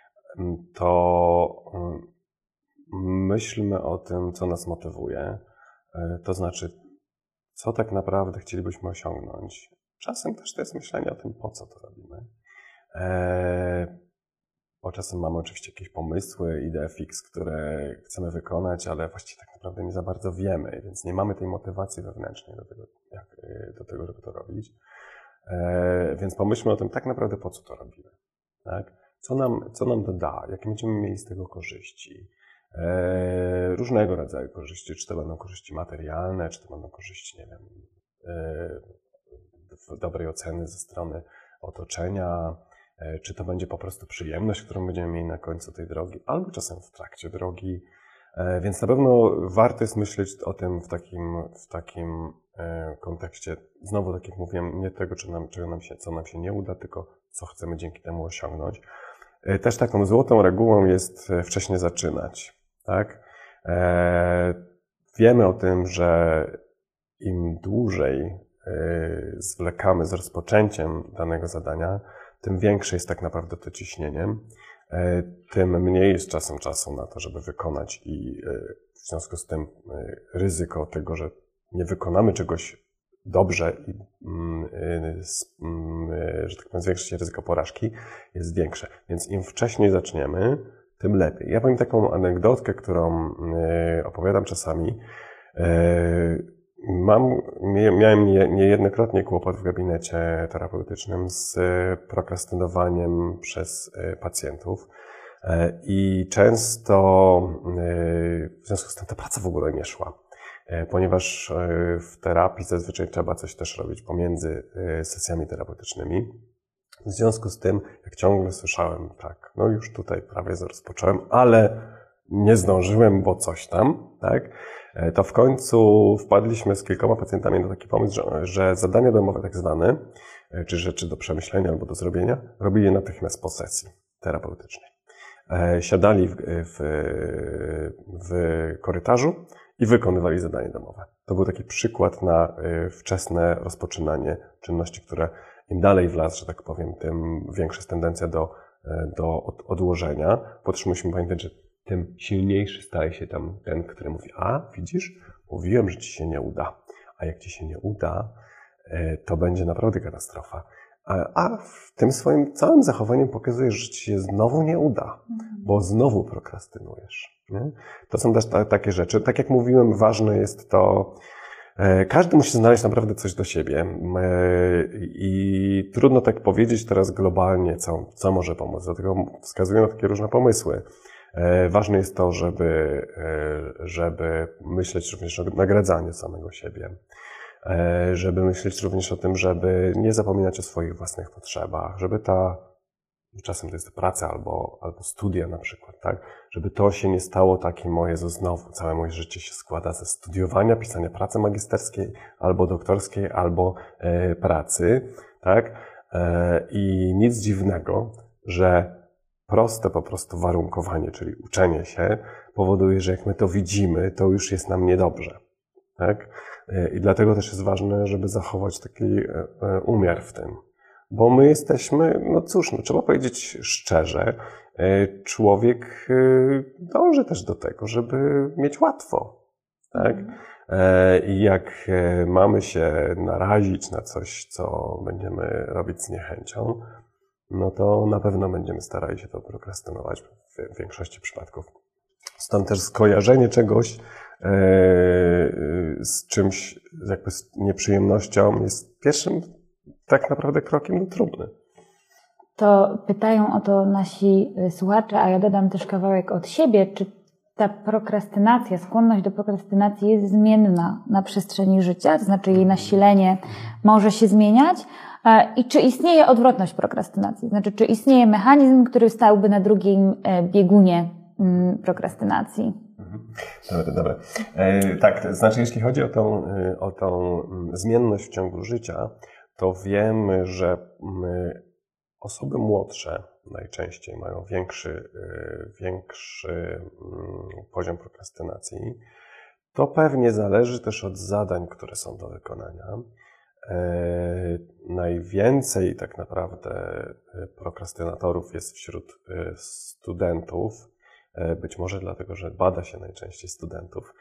to myślmy o tym, co nas motywuje, to znaczy, co tak naprawdę chcielibyśmy osiągnąć. Czasem też to jest myślenie o tym, po co to robimy. Bo czasem mamy oczywiście jakieś pomysły, idee fix, które chcemy wykonać, ale właściwie tak naprawdę nie za bardzo wiemy, więc nie mamy tej motywacji wewnętrznej do tego, jak, do tego żeby to robić. E, więc pomyślmy o tym tak naprawdę, po co to robimy. Tak? Co nam, co nam to da? Jakie będziemy mieli z tego korzyści? E, różnego rodzaju korzyści. Czy to będą korzyści materialne, czy to będą korzyści, nie wiem, e, dobrej oceny ze strony otoczenia, czy to będzie po prostu przyjemność, którą będziemy mieli na końcu tej drogi, albo czasem w trakcie drogi. Więc na pewno warto jest myśleć o tym w takim, w takim kontekście, znowu tak jak mówiłem, nie tego, czy nam, czego nam się, co nam się nie uda, tylko co chcemy dzięki temu osiągnąć. Też taką złotą regułą jest wcześnie zaczynać. Tak? Wiemy o tym, że im dłużej zwlekamy z rozpoczęciem danego zadania, tym większe jest tak naprawdę to ciśnienie, tym mniej jest czasem czasu na to, żeby wykonać i w związku z tym ryzyko tego, że nie wykonamy czegoś dobrze i że tak powiem zwiększy się ryzyko porażki, jest większe. Więc im wcześniej zaczniemy, tym lepiej. Ja powiem taką anegdotkę, którą opowiadam czasami. Mam, miałem niejednokrotnie kłopot w gabinecie terapeutycznym z prokrastynowaniem przez pacjentów i często w związku z tym ta praca w ogóle nie szła, ponieważ w terapii zazwyczaj trzeba coś też robić pomiędzy sesjami terapeutycznymi. W związku z tym, jak ciągle słyszałem, tak, no już tutaj prawie rozpocząłem, ale nie zdążyłem, bo coś tam, tak, to w końcu wpadliśmy z kilkoma pacjentami na taki pomysł, że, że zadania domowe tak zwane, czy rzeczy do przemyślenia albo do zrobienia, robili je natychmiast po sesji terapeutycznej. Siadali w, w, w korytarzu i wykonywali zadanie domowe. To był taki przykład na wczesne rozpoczynanie czynności, które im dalej w las, że tak powiem, tym większa jest tendencja do, do odłożenia. Potem musimy pamiętać, że tym silniejszy staje się tam ten, który mówi, a widzisz, mówiłem, że ci się nie uda. A jak ci się nie uda, to będzie naprawdę katastrofa. A, a w tym swoim całym zachowaniem pokazujesz, że ci się znowu nie uda, bo znowu prokrastynujesz. Nie? To są też ta, takie rzeczy. Tak jak mówiłem, ważne jest to, każdy musi znaleźć naprawdę coś do siebie i trudno tak powiedzieć teraz globalnie, co, co może pomóc. Dlatego wskazuję na takie różne pomysły. Ważne jest to, żeby, żeby myśleć również o nagradzaniu samego siebie, żeby myśleć również o tym, żeby nie zapominać o swoich własnych potrzebach, żeby ta czasem to jest praca albo, albo studia na przykład, tak? Żeby to się nie stało takim, o Jezu, znowu całe moje życie się składa ze studiowania, pisania pracy magisterskiej, albo doktorskiej, albo e, pracy, tak? E, I nic dziwnego, że proste po prostu warunkowanie, czyli uczenie się, powoduje, że jak my to widzimy, to już jest nam niedobrze, tak? E, I dlatego też jest ważne, żeby zachować taki e, umiar w tym. Bo my jesteśmy, no cóż, no, trzeba powiedzieć szczerze, człowiek dąży też do tego, żeby mieć łatwo, tak? I jak mamy się narazić na coś, co będziemy robić z niechęcią, no to na pewno będziemy starali się to prokrastynować w większości przypadków. Stąd też skojarzenie czegoś z czymś, jakby z nieprzyjemnością jest pierwszym tak naprawdę krokiem trudny. To pytają o to nasi słuchacze, a ja dodam też kawałek od siebie, czy ta prokrastynacja, skłonność do prokrastynacji jest zmienna na przestrzeni życia, to znaczy jej nasilenie może się zmieniać i czy istnieje odwrotność prokrastynacji, to znaczy czy istnieje mechanizm, który stałby na drugim biegunie prokrastynacji. Dobra, dobra. E, tak, to znaczy jeśli chodzi o tą, o tą zmienność w ciągu życia, to wiemy, że osoby młodsze najczęściej mają większy, większy poziom prokrastynacji. To pewnie zależy też od zadań, które są do wykonania. Najwięcej tak naprawdę prokrastynatorów jest wśród studentów, być może dlatego, że bada się najczęściej studentów,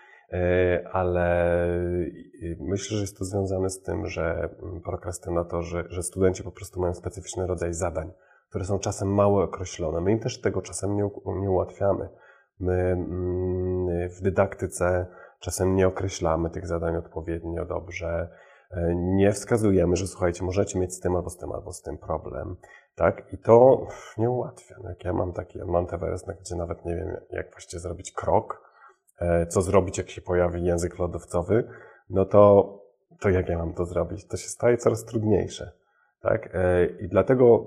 ale myślę, że jest to związane z tym, że prokrastynatorzy, że studenci po prostu mają specyficzny rodzaj zadań, które są czasem mało określone. My im też tego czasem nie, nie ułatwiamy. My w dydaktyce czasem nie określamy tych zadań odpowiednio dobrze. Nie wskazujemy, że słuchajcie, możecie mieć z tym albo z tym, albo z tym problem. Tak? I to nie ułatwia. Jak ja mam taki Mount Everest, gdzie nawet nie wiem, jak właściwie zrobić krok, co zrobić, jak się pojawi język lodowcowy, no to, to jak ja mam to zrobić? To się staje coraz trudniejsze. Tak? I dlatego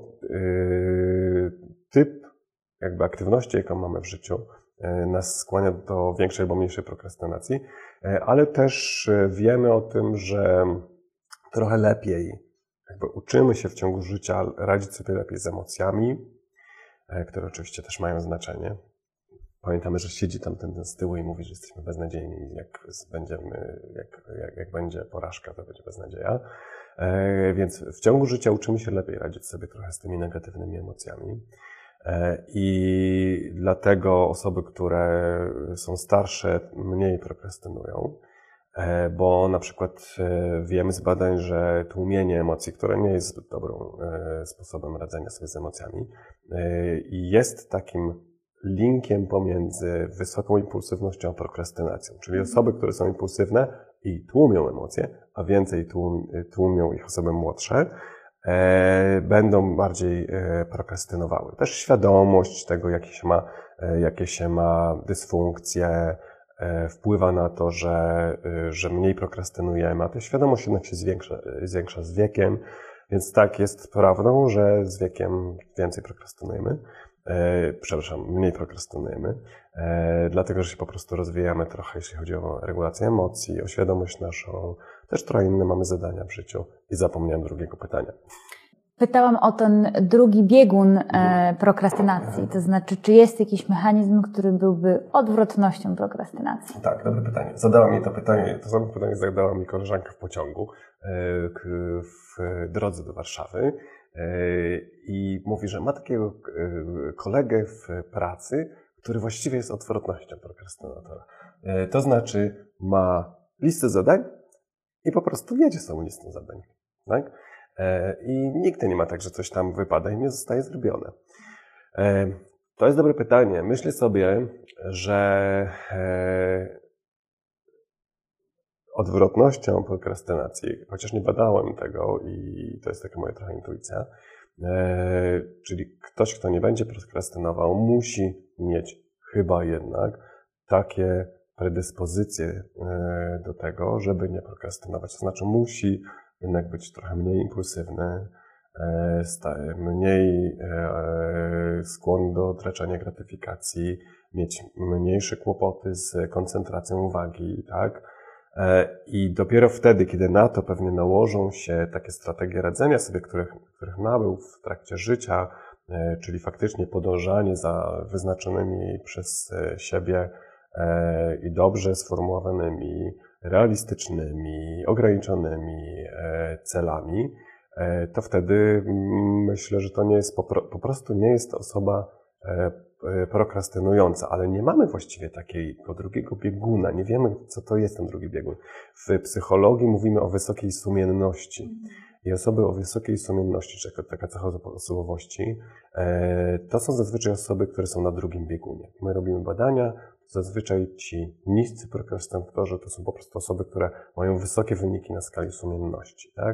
yy, typ jakby aktywności, jaką mamy w życiu, yy, nas skłania do większej albo mniejszej prokrastynacji, yy, ale też wiemy o tym, że trochę lepiej jakby uczymy się w ciągu życia radzić sobie lepiej z emocjami, yy, które oczywiście też mają znaczenie. Pamiętamy, że siedzi tam ten z tyłu i mówi, że jesteśmy beznadziejni i jak będziemy, jak, jak, jak będzie porażka, to będzie beznadzieja. E, więc w ciągu życia uczymy się lepiej radzić sobie trochę z tymi negatywnymi emocjami. E, I dlatego osoby, które są starsze, mniej prokrastynują, e, bo na przykład e, wiemy z badań, że tłumienie emocji, które nie jest zbyt dobrym e, sposobem radzenia sobie z emocjami, e, i jest takim linkiem pomiędzy wysoką impulsywnością a prokrastynacją. Czyli osoby, które są impulsywne i tłumią emocje, a więcej tłum, tłumią ich osoby młodsze, e, będą bardziej e, prokrastynowały. Też świadomość tego, jakie się ma, e, jakie się ma dysfunkcje, e, wpływa na to, że, e, że mniej prokrastynujemy, a ta świadomość jednak się zwiększa, zwiększa z wiekiem, więc tak, jest prawdą, że z wiekiem więcej prokrastynujemy. E, przepraszam, mniej prokrastynujemy, e, dlatego, że się po prostu rozwijamy trochę, jeśli chodzi o regulację emocji, o świadomość naszą, też trochę inne mamy zadania w życiu i zapomniałem drugiego pytania. Pytałam o ten drugi biegun e, prokrastynacji, to znaczy, czy jest jakiś mechanizm, który byłby odwrotnością prokrastynacji? Tak, dobre pytanie. Zadała mi to pytanie, to samo pytanie zadała mi koleżanka w pociągu e, w drodze do Warszawy. I mówi, że ma takiego kolegę w pracy, który właściwie jest odwrotnością prokrastynatora. To znaczy ma listę zadań i po prostu jedzie z tą listą zadań. Tak? I nigdy nie ma tak, że coś tam wypada i nie zostaje zrobione. To jest dobre pytanie. Myślę sobie, że odwrotnością prokrastynacji, chociaż nie badałem tego i to jest taka moja trochę intuicja, e, czyli ktoś, kto nie będzie prokrastynował, musi mieć chyba jednak takie predyspozycje e, do tego, żeby nie prokrastynować. To znaczy musi jednak być trochę mniej impulsywny, mniej skłonny do odraczania gratyfikacji, mieć mniejsze kłopoty z koncentracją uwagi, tak? I dopiero wtedy, kiedy na to pewnie nałożą się takie strategie radzenia sobie, których, których nabył w trakcie życia, czyli faktycznie podążanie za wyznaczonymi przez siebie i dobrze sformułowanymi, realistycznymi, ograniczonymi celami, to wtedy myślę, że to nie jest po, po prostu nie jest osoba prokrastynująca, ale nie mamy właściwie takiego drugiego bieguna, nie wiemy, co to jest ten drugi biegun. W psychologii mówimy o wysokiej sumienności i osoby o wysokiej sumienności, czy taka cecha osobowości, to są zazwyczaj osoby, które są na drugim biegunie. My robimy badania, zazwyczaj ci niscy prokrastynatorzy to są po prostu osoby, które mają wysokie wyniki na skali sumienności, tak?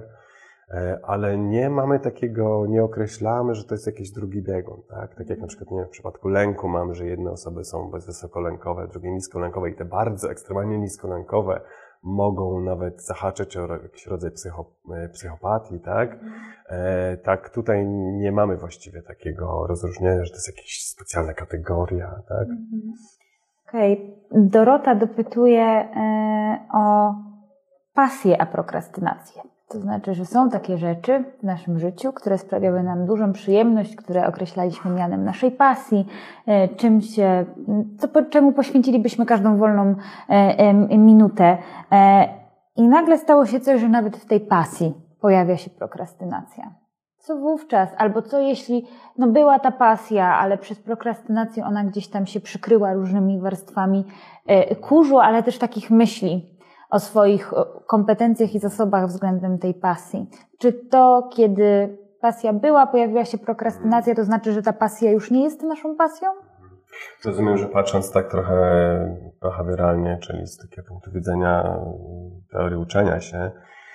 Ale nie mamy takiego, nie określamy, że to jest jakiś drugi biegun, tak? Tak jak na przykład nie wiem, w przypadku lęku mamy, że jedne osoby są wysokolękowe, drugie niskolękowe i te bardzo ekstremalnie niskolękowe mogą nawet zahaczyć o jakiś rodzaj psycho, psychopatii, tak? E, tak, tutaj nie mamy właściwie takiego rozróżnienia, że to jest jakaś specjalna kategoria, tak? Okej. Okay. Dorota dopytuje e, o pasję a prokrastynację. To znaczy, że są takie rzeczy w naszym życiu, które sprawiały nam dużą przyjemność, które określaliśmy mianem naszej pasji, czymś, co, czemu poświęcilibyśmy każdą wolną minutę. I nagle stało się coś, że nawet w tej pasji pojawia się prokrastynacja. Co wówczas? Albo co jeśli no była ta pasja, ale przez prokrastynację ona gdzieś tam się przykryła różnymi warstwami kurzu, ale też takich myśli o swoich kompetencjach i zasobach względem tej pasji. Czy to, kiedy pasja była, pojawiła się prokrastynacja, to znaczy, że ta pasja już nie jest naszą pasją? Rozumiem, że patrząc tak trochę behawioralnie, czyli z takiego punktu widzenia teorii uczenia się,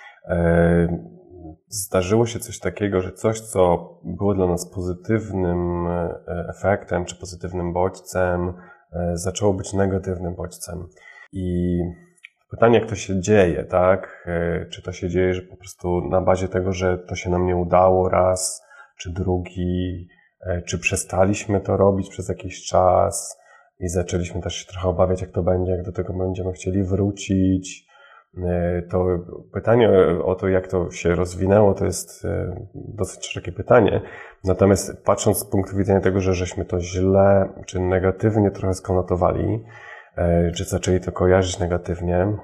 zdarzyło się coś takiego, że coś, co było dla nas pozytywnym efektem czy pozytywnym bodźcem, zaczęło być negatywnym bodźcem. I pytanie, jak to się dzieje, tak? Czy to się dzieje, że po prostu na bazie tego, że to się nam nie udało raz, czy drugi, czy przestaliśmy to robić przez jakiś czas i zaczęliśmy też się trochę obawiać, jak to będzie, jak do tego będziemy chcieli wrócić. To pytanie o to, jak to się rozwinęło, to jest dosyć szerokie pytanie. Natomiast patrząc z punktu widzenia tego, że żeśmy to źle, czy negatywnie trochę skonotowali, czy zaczęli to kojarzyć negatywnie,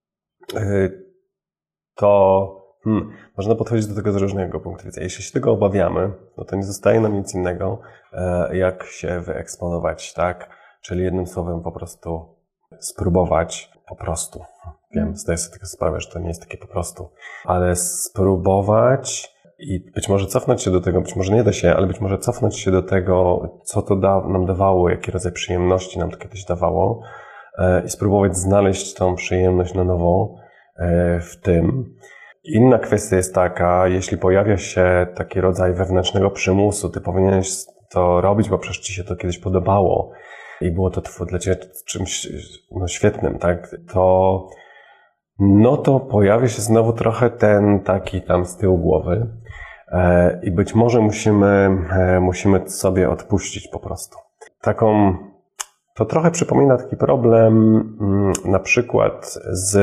to hmm, można podchodzić do tego z różnego punktu widzenia. Jeśli się tego obawiamy, no to nie zostaje nam nic innego, jak się wyeksponować, tak? Czyli jednym słowem po prostu spróbować, po prostu. Wiem, zdaję sobie tylko sprawę, że to nie jest takie po prostu, ale spróbować i być może cofnąć się do tego, być może nie da się, ale być może cofnąć się do tego, co to da, nam dawało, jaki rodzaj przyjemności nam to kiedyś dawało i spróbować znaleźć tą przyjemność na nowo w tym. Inna kwestia jest taka, jeśli pojawia się taki rodzaj wewnętrznego przymusu, ty powinieneś to robić, bo przecież ci się to kiedyś podobało i było to dla ciebie czymś no, świetnym, tak, to no to pojawia się znowu trochę ten taki tam z tyłu głowy i być może musimy, musimy sobie odpuścić po prostu. Taką, to trochę przypomina taki problem na przykład z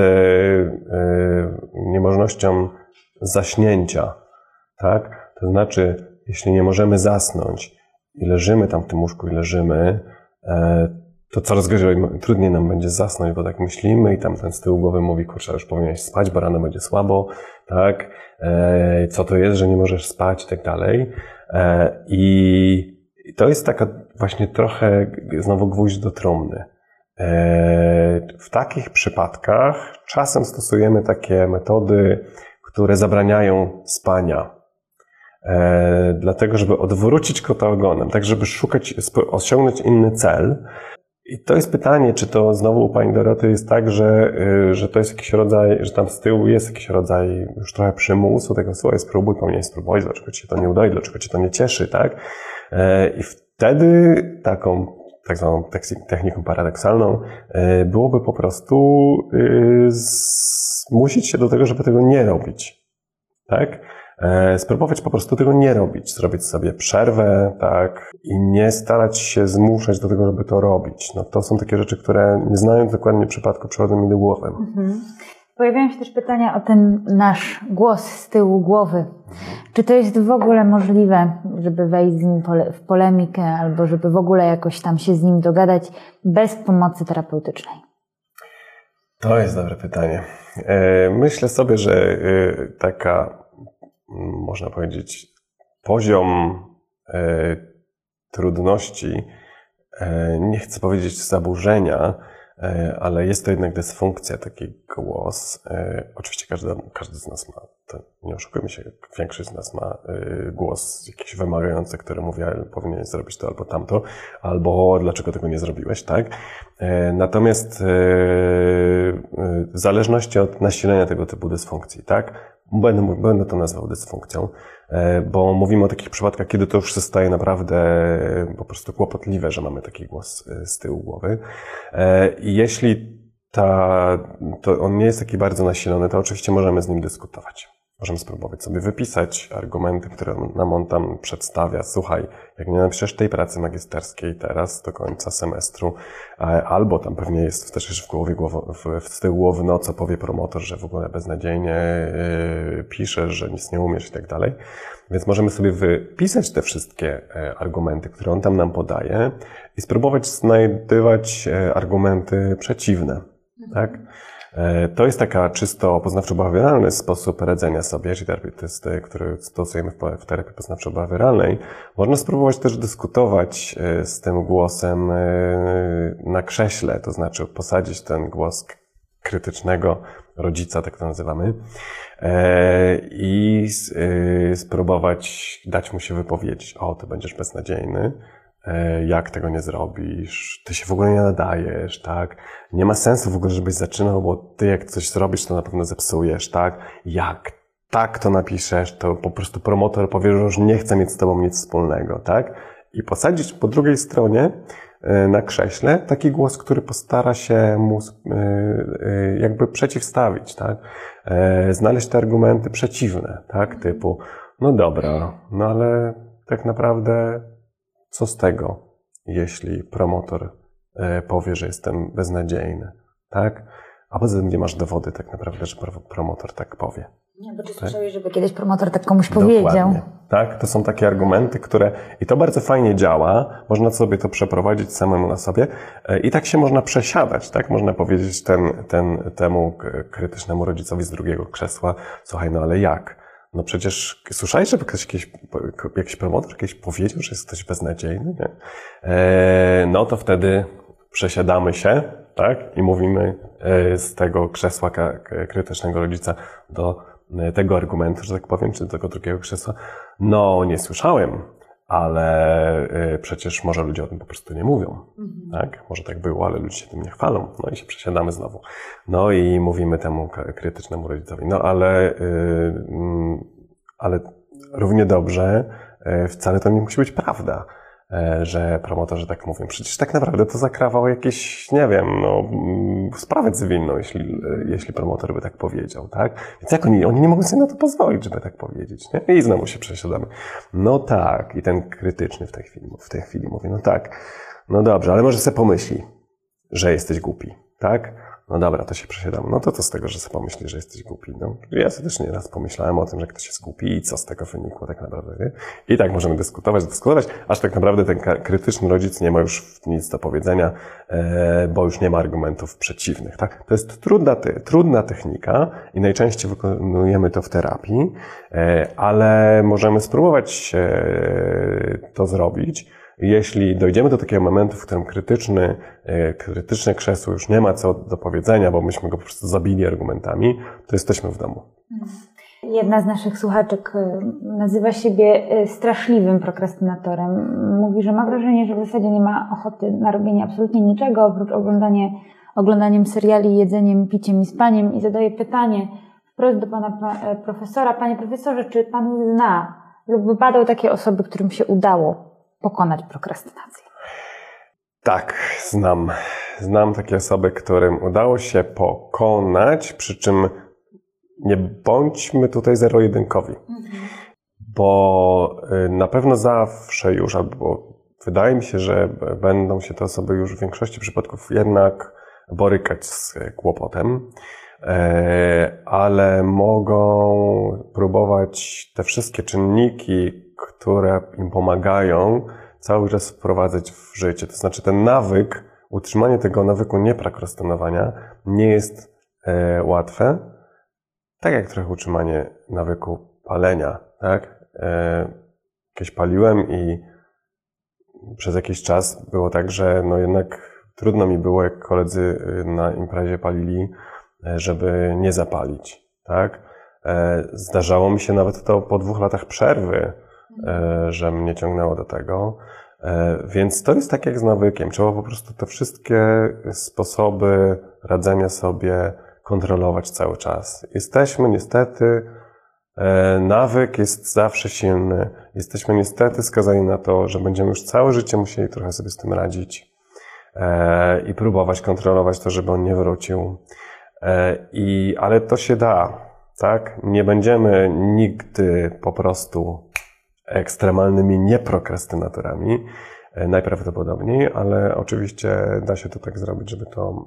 niemożnością zaśnięcia, tak? To znaczy, jeśli nie możemy zasnąć i leżymy tam w tym łóżku i leżymy, to coraz gorzej, trudniej nam będzie zasnąć, bo tak myślimy i tam ten z tyłu głowy mówi, kurczę, już powinieneś spać, bo rano będzie słabo, tak? E, co to jest, że nie możesz spać i tak dalej. E, i, I to jest taka właśnie trochę znowu gwóźdź do trumny. E, w takich przypadkach czasem stosujemy takie metody, które zabraniają spania. E, dlatego, żeby odwrócić kota ogonem, tak żeby szukać, osiągnąć inny cel. I to jest pytanie, czy to znowu u pani Doroty jest tak, że, że to jest jakiś rodzaj, że tam z tyłu jest jakiś rodzaj już trochę przymusu tego, słuchaj, spróbuj, powinieneś spróbować, dlaczego ci się to nie udaje, dlaczego ci to nie cieszy, tak? I wtedy taką tak zwaną techniką paradoksalną byłoby po prostu zmusić się do tego, żeby tego nie robić, tak? E, spróbować po prostu tego nie robić, zrobić sobie przerwę, tak, i nie starać się zmuszać do tego, żeby to robić. No to są takie rzeczy, które nie znając dokładnie przypadku przychodzą mi do głowy. Mhm. Pojawiają się też pytania o ten nasz głos z tyłu głowy. Mhm. Czy to jest w ogóle możliwe, żeby wejść z nim w polemikę albo żeby w ogóle jakoś tam się z nim dogadać bez pomocy terapeutycznej? To jest dobre pytanie. Myślę sobie, że taka, można powiedzieć, poziom trudności, nie chcę powiedzieć zaburzenia, ale jest to jednak dysfunkcja, taki głos. Oczywiście każdy, każdy z nas ma, to nie oszukujmy się, większość z nas ma głos jakiś wymagający, który mówi, ale powinieneś zrobić to albo tamto, albo dlaczego tego nie zrobiłeś, tak? Natomiast w zależności od nasilenia tego typu dysfunkcji, tak? Będę, będę to nazwał dysfunkcją, bo mówimy o takich przypadkach, kiedy to już staje naprawdę po prostu kłopotliwe, że mamy taki głos z tyłu głowy. I jeśli ta, to on nie jest taki bardzo nasilony, to oczywiście możemy z nim dyskutować. Możemy spróbować sobie wypisać argumenty, które nam on tam przedstawia. Słuchaj, jak nie napiszesz tej pracy magisterskiej teraz do końca semestru, albo tam pewnie jest też w głowie, w, w tyłu głowy, no co powie promotor, że w ogóle beznadziejnie yy, piszesz, że nic nie umiesz i tak dalej. Więc możemy sobie wypisać te wszystkie argumenty, które on tam nam podaje i spróbować znajdywać argumenty przeciwne, tak? To jest taka czysto poznawczo-behawioralny sposób radzenia sobie, czyli terapeuty, który stosujemy w terapii poznawczo-behawioralnej. Można spróbować też dyskutować z tym głosem na krześle, to znaczy posadzić ten głos krytycznego rodzica, tak to nazywamy, i spróbować dać mu się wypowiedzieć: o, ty będziesz beznadziejny, jak tego nie zrobisz, ty się w ogóle nie nadajesz, tak? Nie ma sensu w ogóle, żebyś zaczynał, bo ty jak coś zrobisz, to na pewno zepsujesz, tak? Jak tak to napiszesz, to po prostu promotor powie, że już nie chce mieć z tobą nic wspólnego, tak? I posadzić po drugiej stronie na krześle taki głos, który postara się mu jakby przeciwstawić, tak? Znaleźć te argumenty przeciwne, tak? Typu, no dobra, no ale tak naprawdę co z tego, jeśli promotor powie, że jestem beznadziejny, tak? A poza tym nie masz dowody tak naprawdę, że promotor tak powie. Nie, bo czy słyszałeś, żeby kiedyś promotor tak komuś powiedział? Dokładnie. Tak, to są takie argumenty, które i to bardzo fajnie działa, można sobie to przeprowadzić samemu na sobie i tak się można przesiadać, tak? Można powiedzieć ten, ten, temu krytycznemu rodzicowi z drugiego krzesła: słuchaj, no ale jak? No przecież słyszałeś, żeby ktoś jakiś, jakiś promotor kiedyś powiedział, że jest ktoś beznadziejny, nie? E, no to wtedy przesiadamy się, tak? I mówimy z tego krzesła krytycznego rodzica do tego argumentu, że tak powiem, czy do tego drugiego krzesła: no nie słyszałem, ale przecież może ludzie o tym po prostu nie mówią, mhm. tak? Może tak było, ale ludzie się tym nie chwalą. No i się przesiadamy znowu. No i mówimy temu krytycznemu rodzicowi: no ale, ale równie dobrze wcale to nie musi być prawda, że promotorzy tak mówią. Przecież tak naprawdę to zakrawało jakieś, nie wiem, no, sprawę cywilną, jeśli, jeśli promotor by tak powiedział, tak? Więc jak oni, oni nie mogą sobie na to pozwolić, żeby tak powiedzieć, nie? I znowu się przesiadamy. No tak, i ten krytyczny w tej chwili, w tej chwili mówi: no tak, no dobrze, ale może sobie pomyśli, że jesteś głupi, tak? No dobra, to się przesiadamy. No to co z tego, że sobie pomyśli, że jesteś głupi? No, ja sobie też nieraz pomyślałem o tym, że ktoś jest głupi i co z tego wynikło tak naprawdę, nie? I tak możemy dyskutować, dyskutować, aż tak naprawdę ten krytyczny rodzic nie ma już nic do powiedzenia, bo już nie ma argumentów przeciwnych, tak? To jest trudna, trudna technika i najczęściej wykonujemy to w terapii, ale możemy spróbować to zrobić. Jeśli dojdziemy do takiego momentu, w którym krytyczny, krytyczne krzesło już nie ma co do powiedzenia, bo myśmy go po prostu zabili argumentami, to jesteśmy w domu. Jedna z naszych słuchaczek nazywa siebie straszliwym prokrastynatorem. Mówi, że ma wrażenie, że w zasadzie nie ma ochoty na robienie absolutnie niczego, oprócz oglądanie, oglądaniem seriali, jedzeniem, piciem i spaniem, i zadaje pytanie wprost do pana profesora: panie profesorze, czy pan zna lub badał takie osoby, którym się udało pokonać prokrastynację? Tak, znam. Znam takie osoby, którym udało się pokonać, przy czym nie bądźmy tutaj zero-jedynkowi, mhm. bo na pewno zawsze już, albo wydaje mi się, że będą się te osoby już w większości przypadków jednak borykać z kłopotem, ale mogą próbować te wszystkie czynniki, które im pomagają, cały czas wprowadzać w życie. To znaczy ten nawyk, utrzymanie tego nawyku nieprokrastynowania nie jest e, łatwe. Tak jak trochę utrzymanie nawyku palenia, tak? E, kiedyś paliłem i przez jakiś czas było tak, że no jednak trudno mi było, jak koledzy na imprezie palili, żeby nie zapalić, tak? E, zdarzało mi się nawet to po dwóch latach przerwy, że mnie ciągnęło do tego. Więc to jest tak jak z nawykiem. Trzeba po prostu te wszystkie sposoby radzenia sobie kontrolować cały czas. Jesteśmy niestety, nawyk jest zawsze silny. Jesteśmy niestety skazani na to, że będziemy już całe życie musieli trochę sobie z tym radzić i próbować kontrolować to, żeby on nie wrócił. I, ale to się da, tak? Nie będziemy nigdy po prostu ekstremalnymi nieprokrastynatorami, najprawdopodobniej, ale oczywiście da się to tak zrobić, żeby to,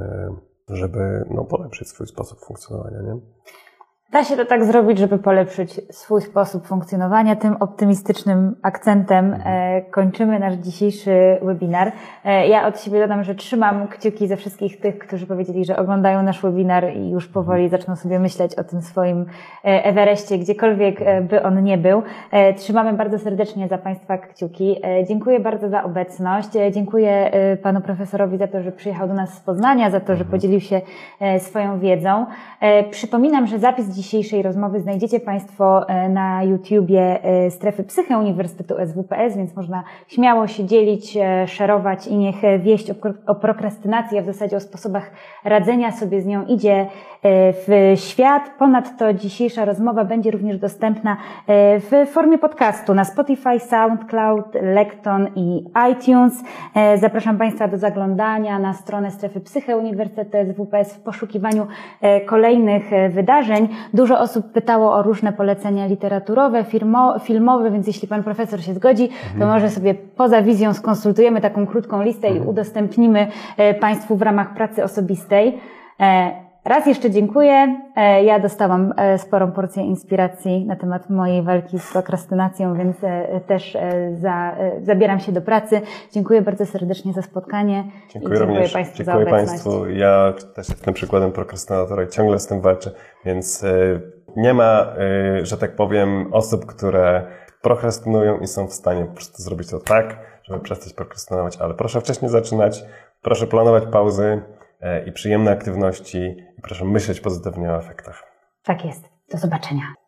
żeby no, polepszyć swój sposób funkcjonowania, nie? Da się to tak zrobić, żeby polepszyć swój sposób funkcjonowania. Tym optymistycznym akcentem e, kończymy nasz dzisiejszy webinar. E, ja od siebie dodam, że trzymam kciuki ze wszystkich tych, którzy powiedzieli, że oglądają nasz webinar i już powoli zaczną sobie myśleć o tym swoim e, Everestie, gdziekolwiek e, by on nie był. E, trzymamy bardzo serdecznie za Państwa kciuki. E, dziękuję bardzo za obecność. E, dziękuję e, Panu Profesorowi za to, że przyjechał do nas z Poznania, za to, że podzielił się e, swoją wiedzą. E, przypominam, że zapis dzisiejszej rozmowy znajdziecie Państwo na YouTubie Strefy Psyche Uniwersytetu S W P S, więc można śmiało się dzielić, szerować i niech wieść o prokrastynacji, a w zasadzie o sposobach radzenia sobie z nią idzie w świat. Ponadto dzisiejsza rozmowa będzie również dostępna w formie podcastu na Spotify, SoundCloud, Lekton i iTunes. Zapraszam Państwa do zaglądania na stronę Strefy Psyche Uniwersytetu S W P S w poszukiwaniu kolejnych wydarzeń. Dużo osób pytało o różne polecenia literaturowe, filmowe, więc jeśli Pan Profesor się zgodzi, to może sobie poza wizją skonsultujemy taką krótką listę i udostępnimy Państwu w ramach pracy osobistej. Raz jeszcze dziękuję. Ja dostałam sporą porcję inspiracji na temat mojej walki z prokrastynacją, więc też za, zabieram się do pracy. Dziękuję bardzo serdecznie za spotkanie. Dziękuję, i dziękuję również. Państwu dziękuję za obecność. Państwu. Ja też jestem przykładem prokrastynatora i ciągle z tym walczę, więc nie ma, że tak powiem, osób, które prokrastynują i są w stanie po prostu zrobić to tak, żeby przestać prokrastynować, ale proszę wcześniej zaczynać, proszę planować pauzy i przyjemne aktywności i proszę myśleć pozytywnie o efektach. Tak jest. Do zobaczenia.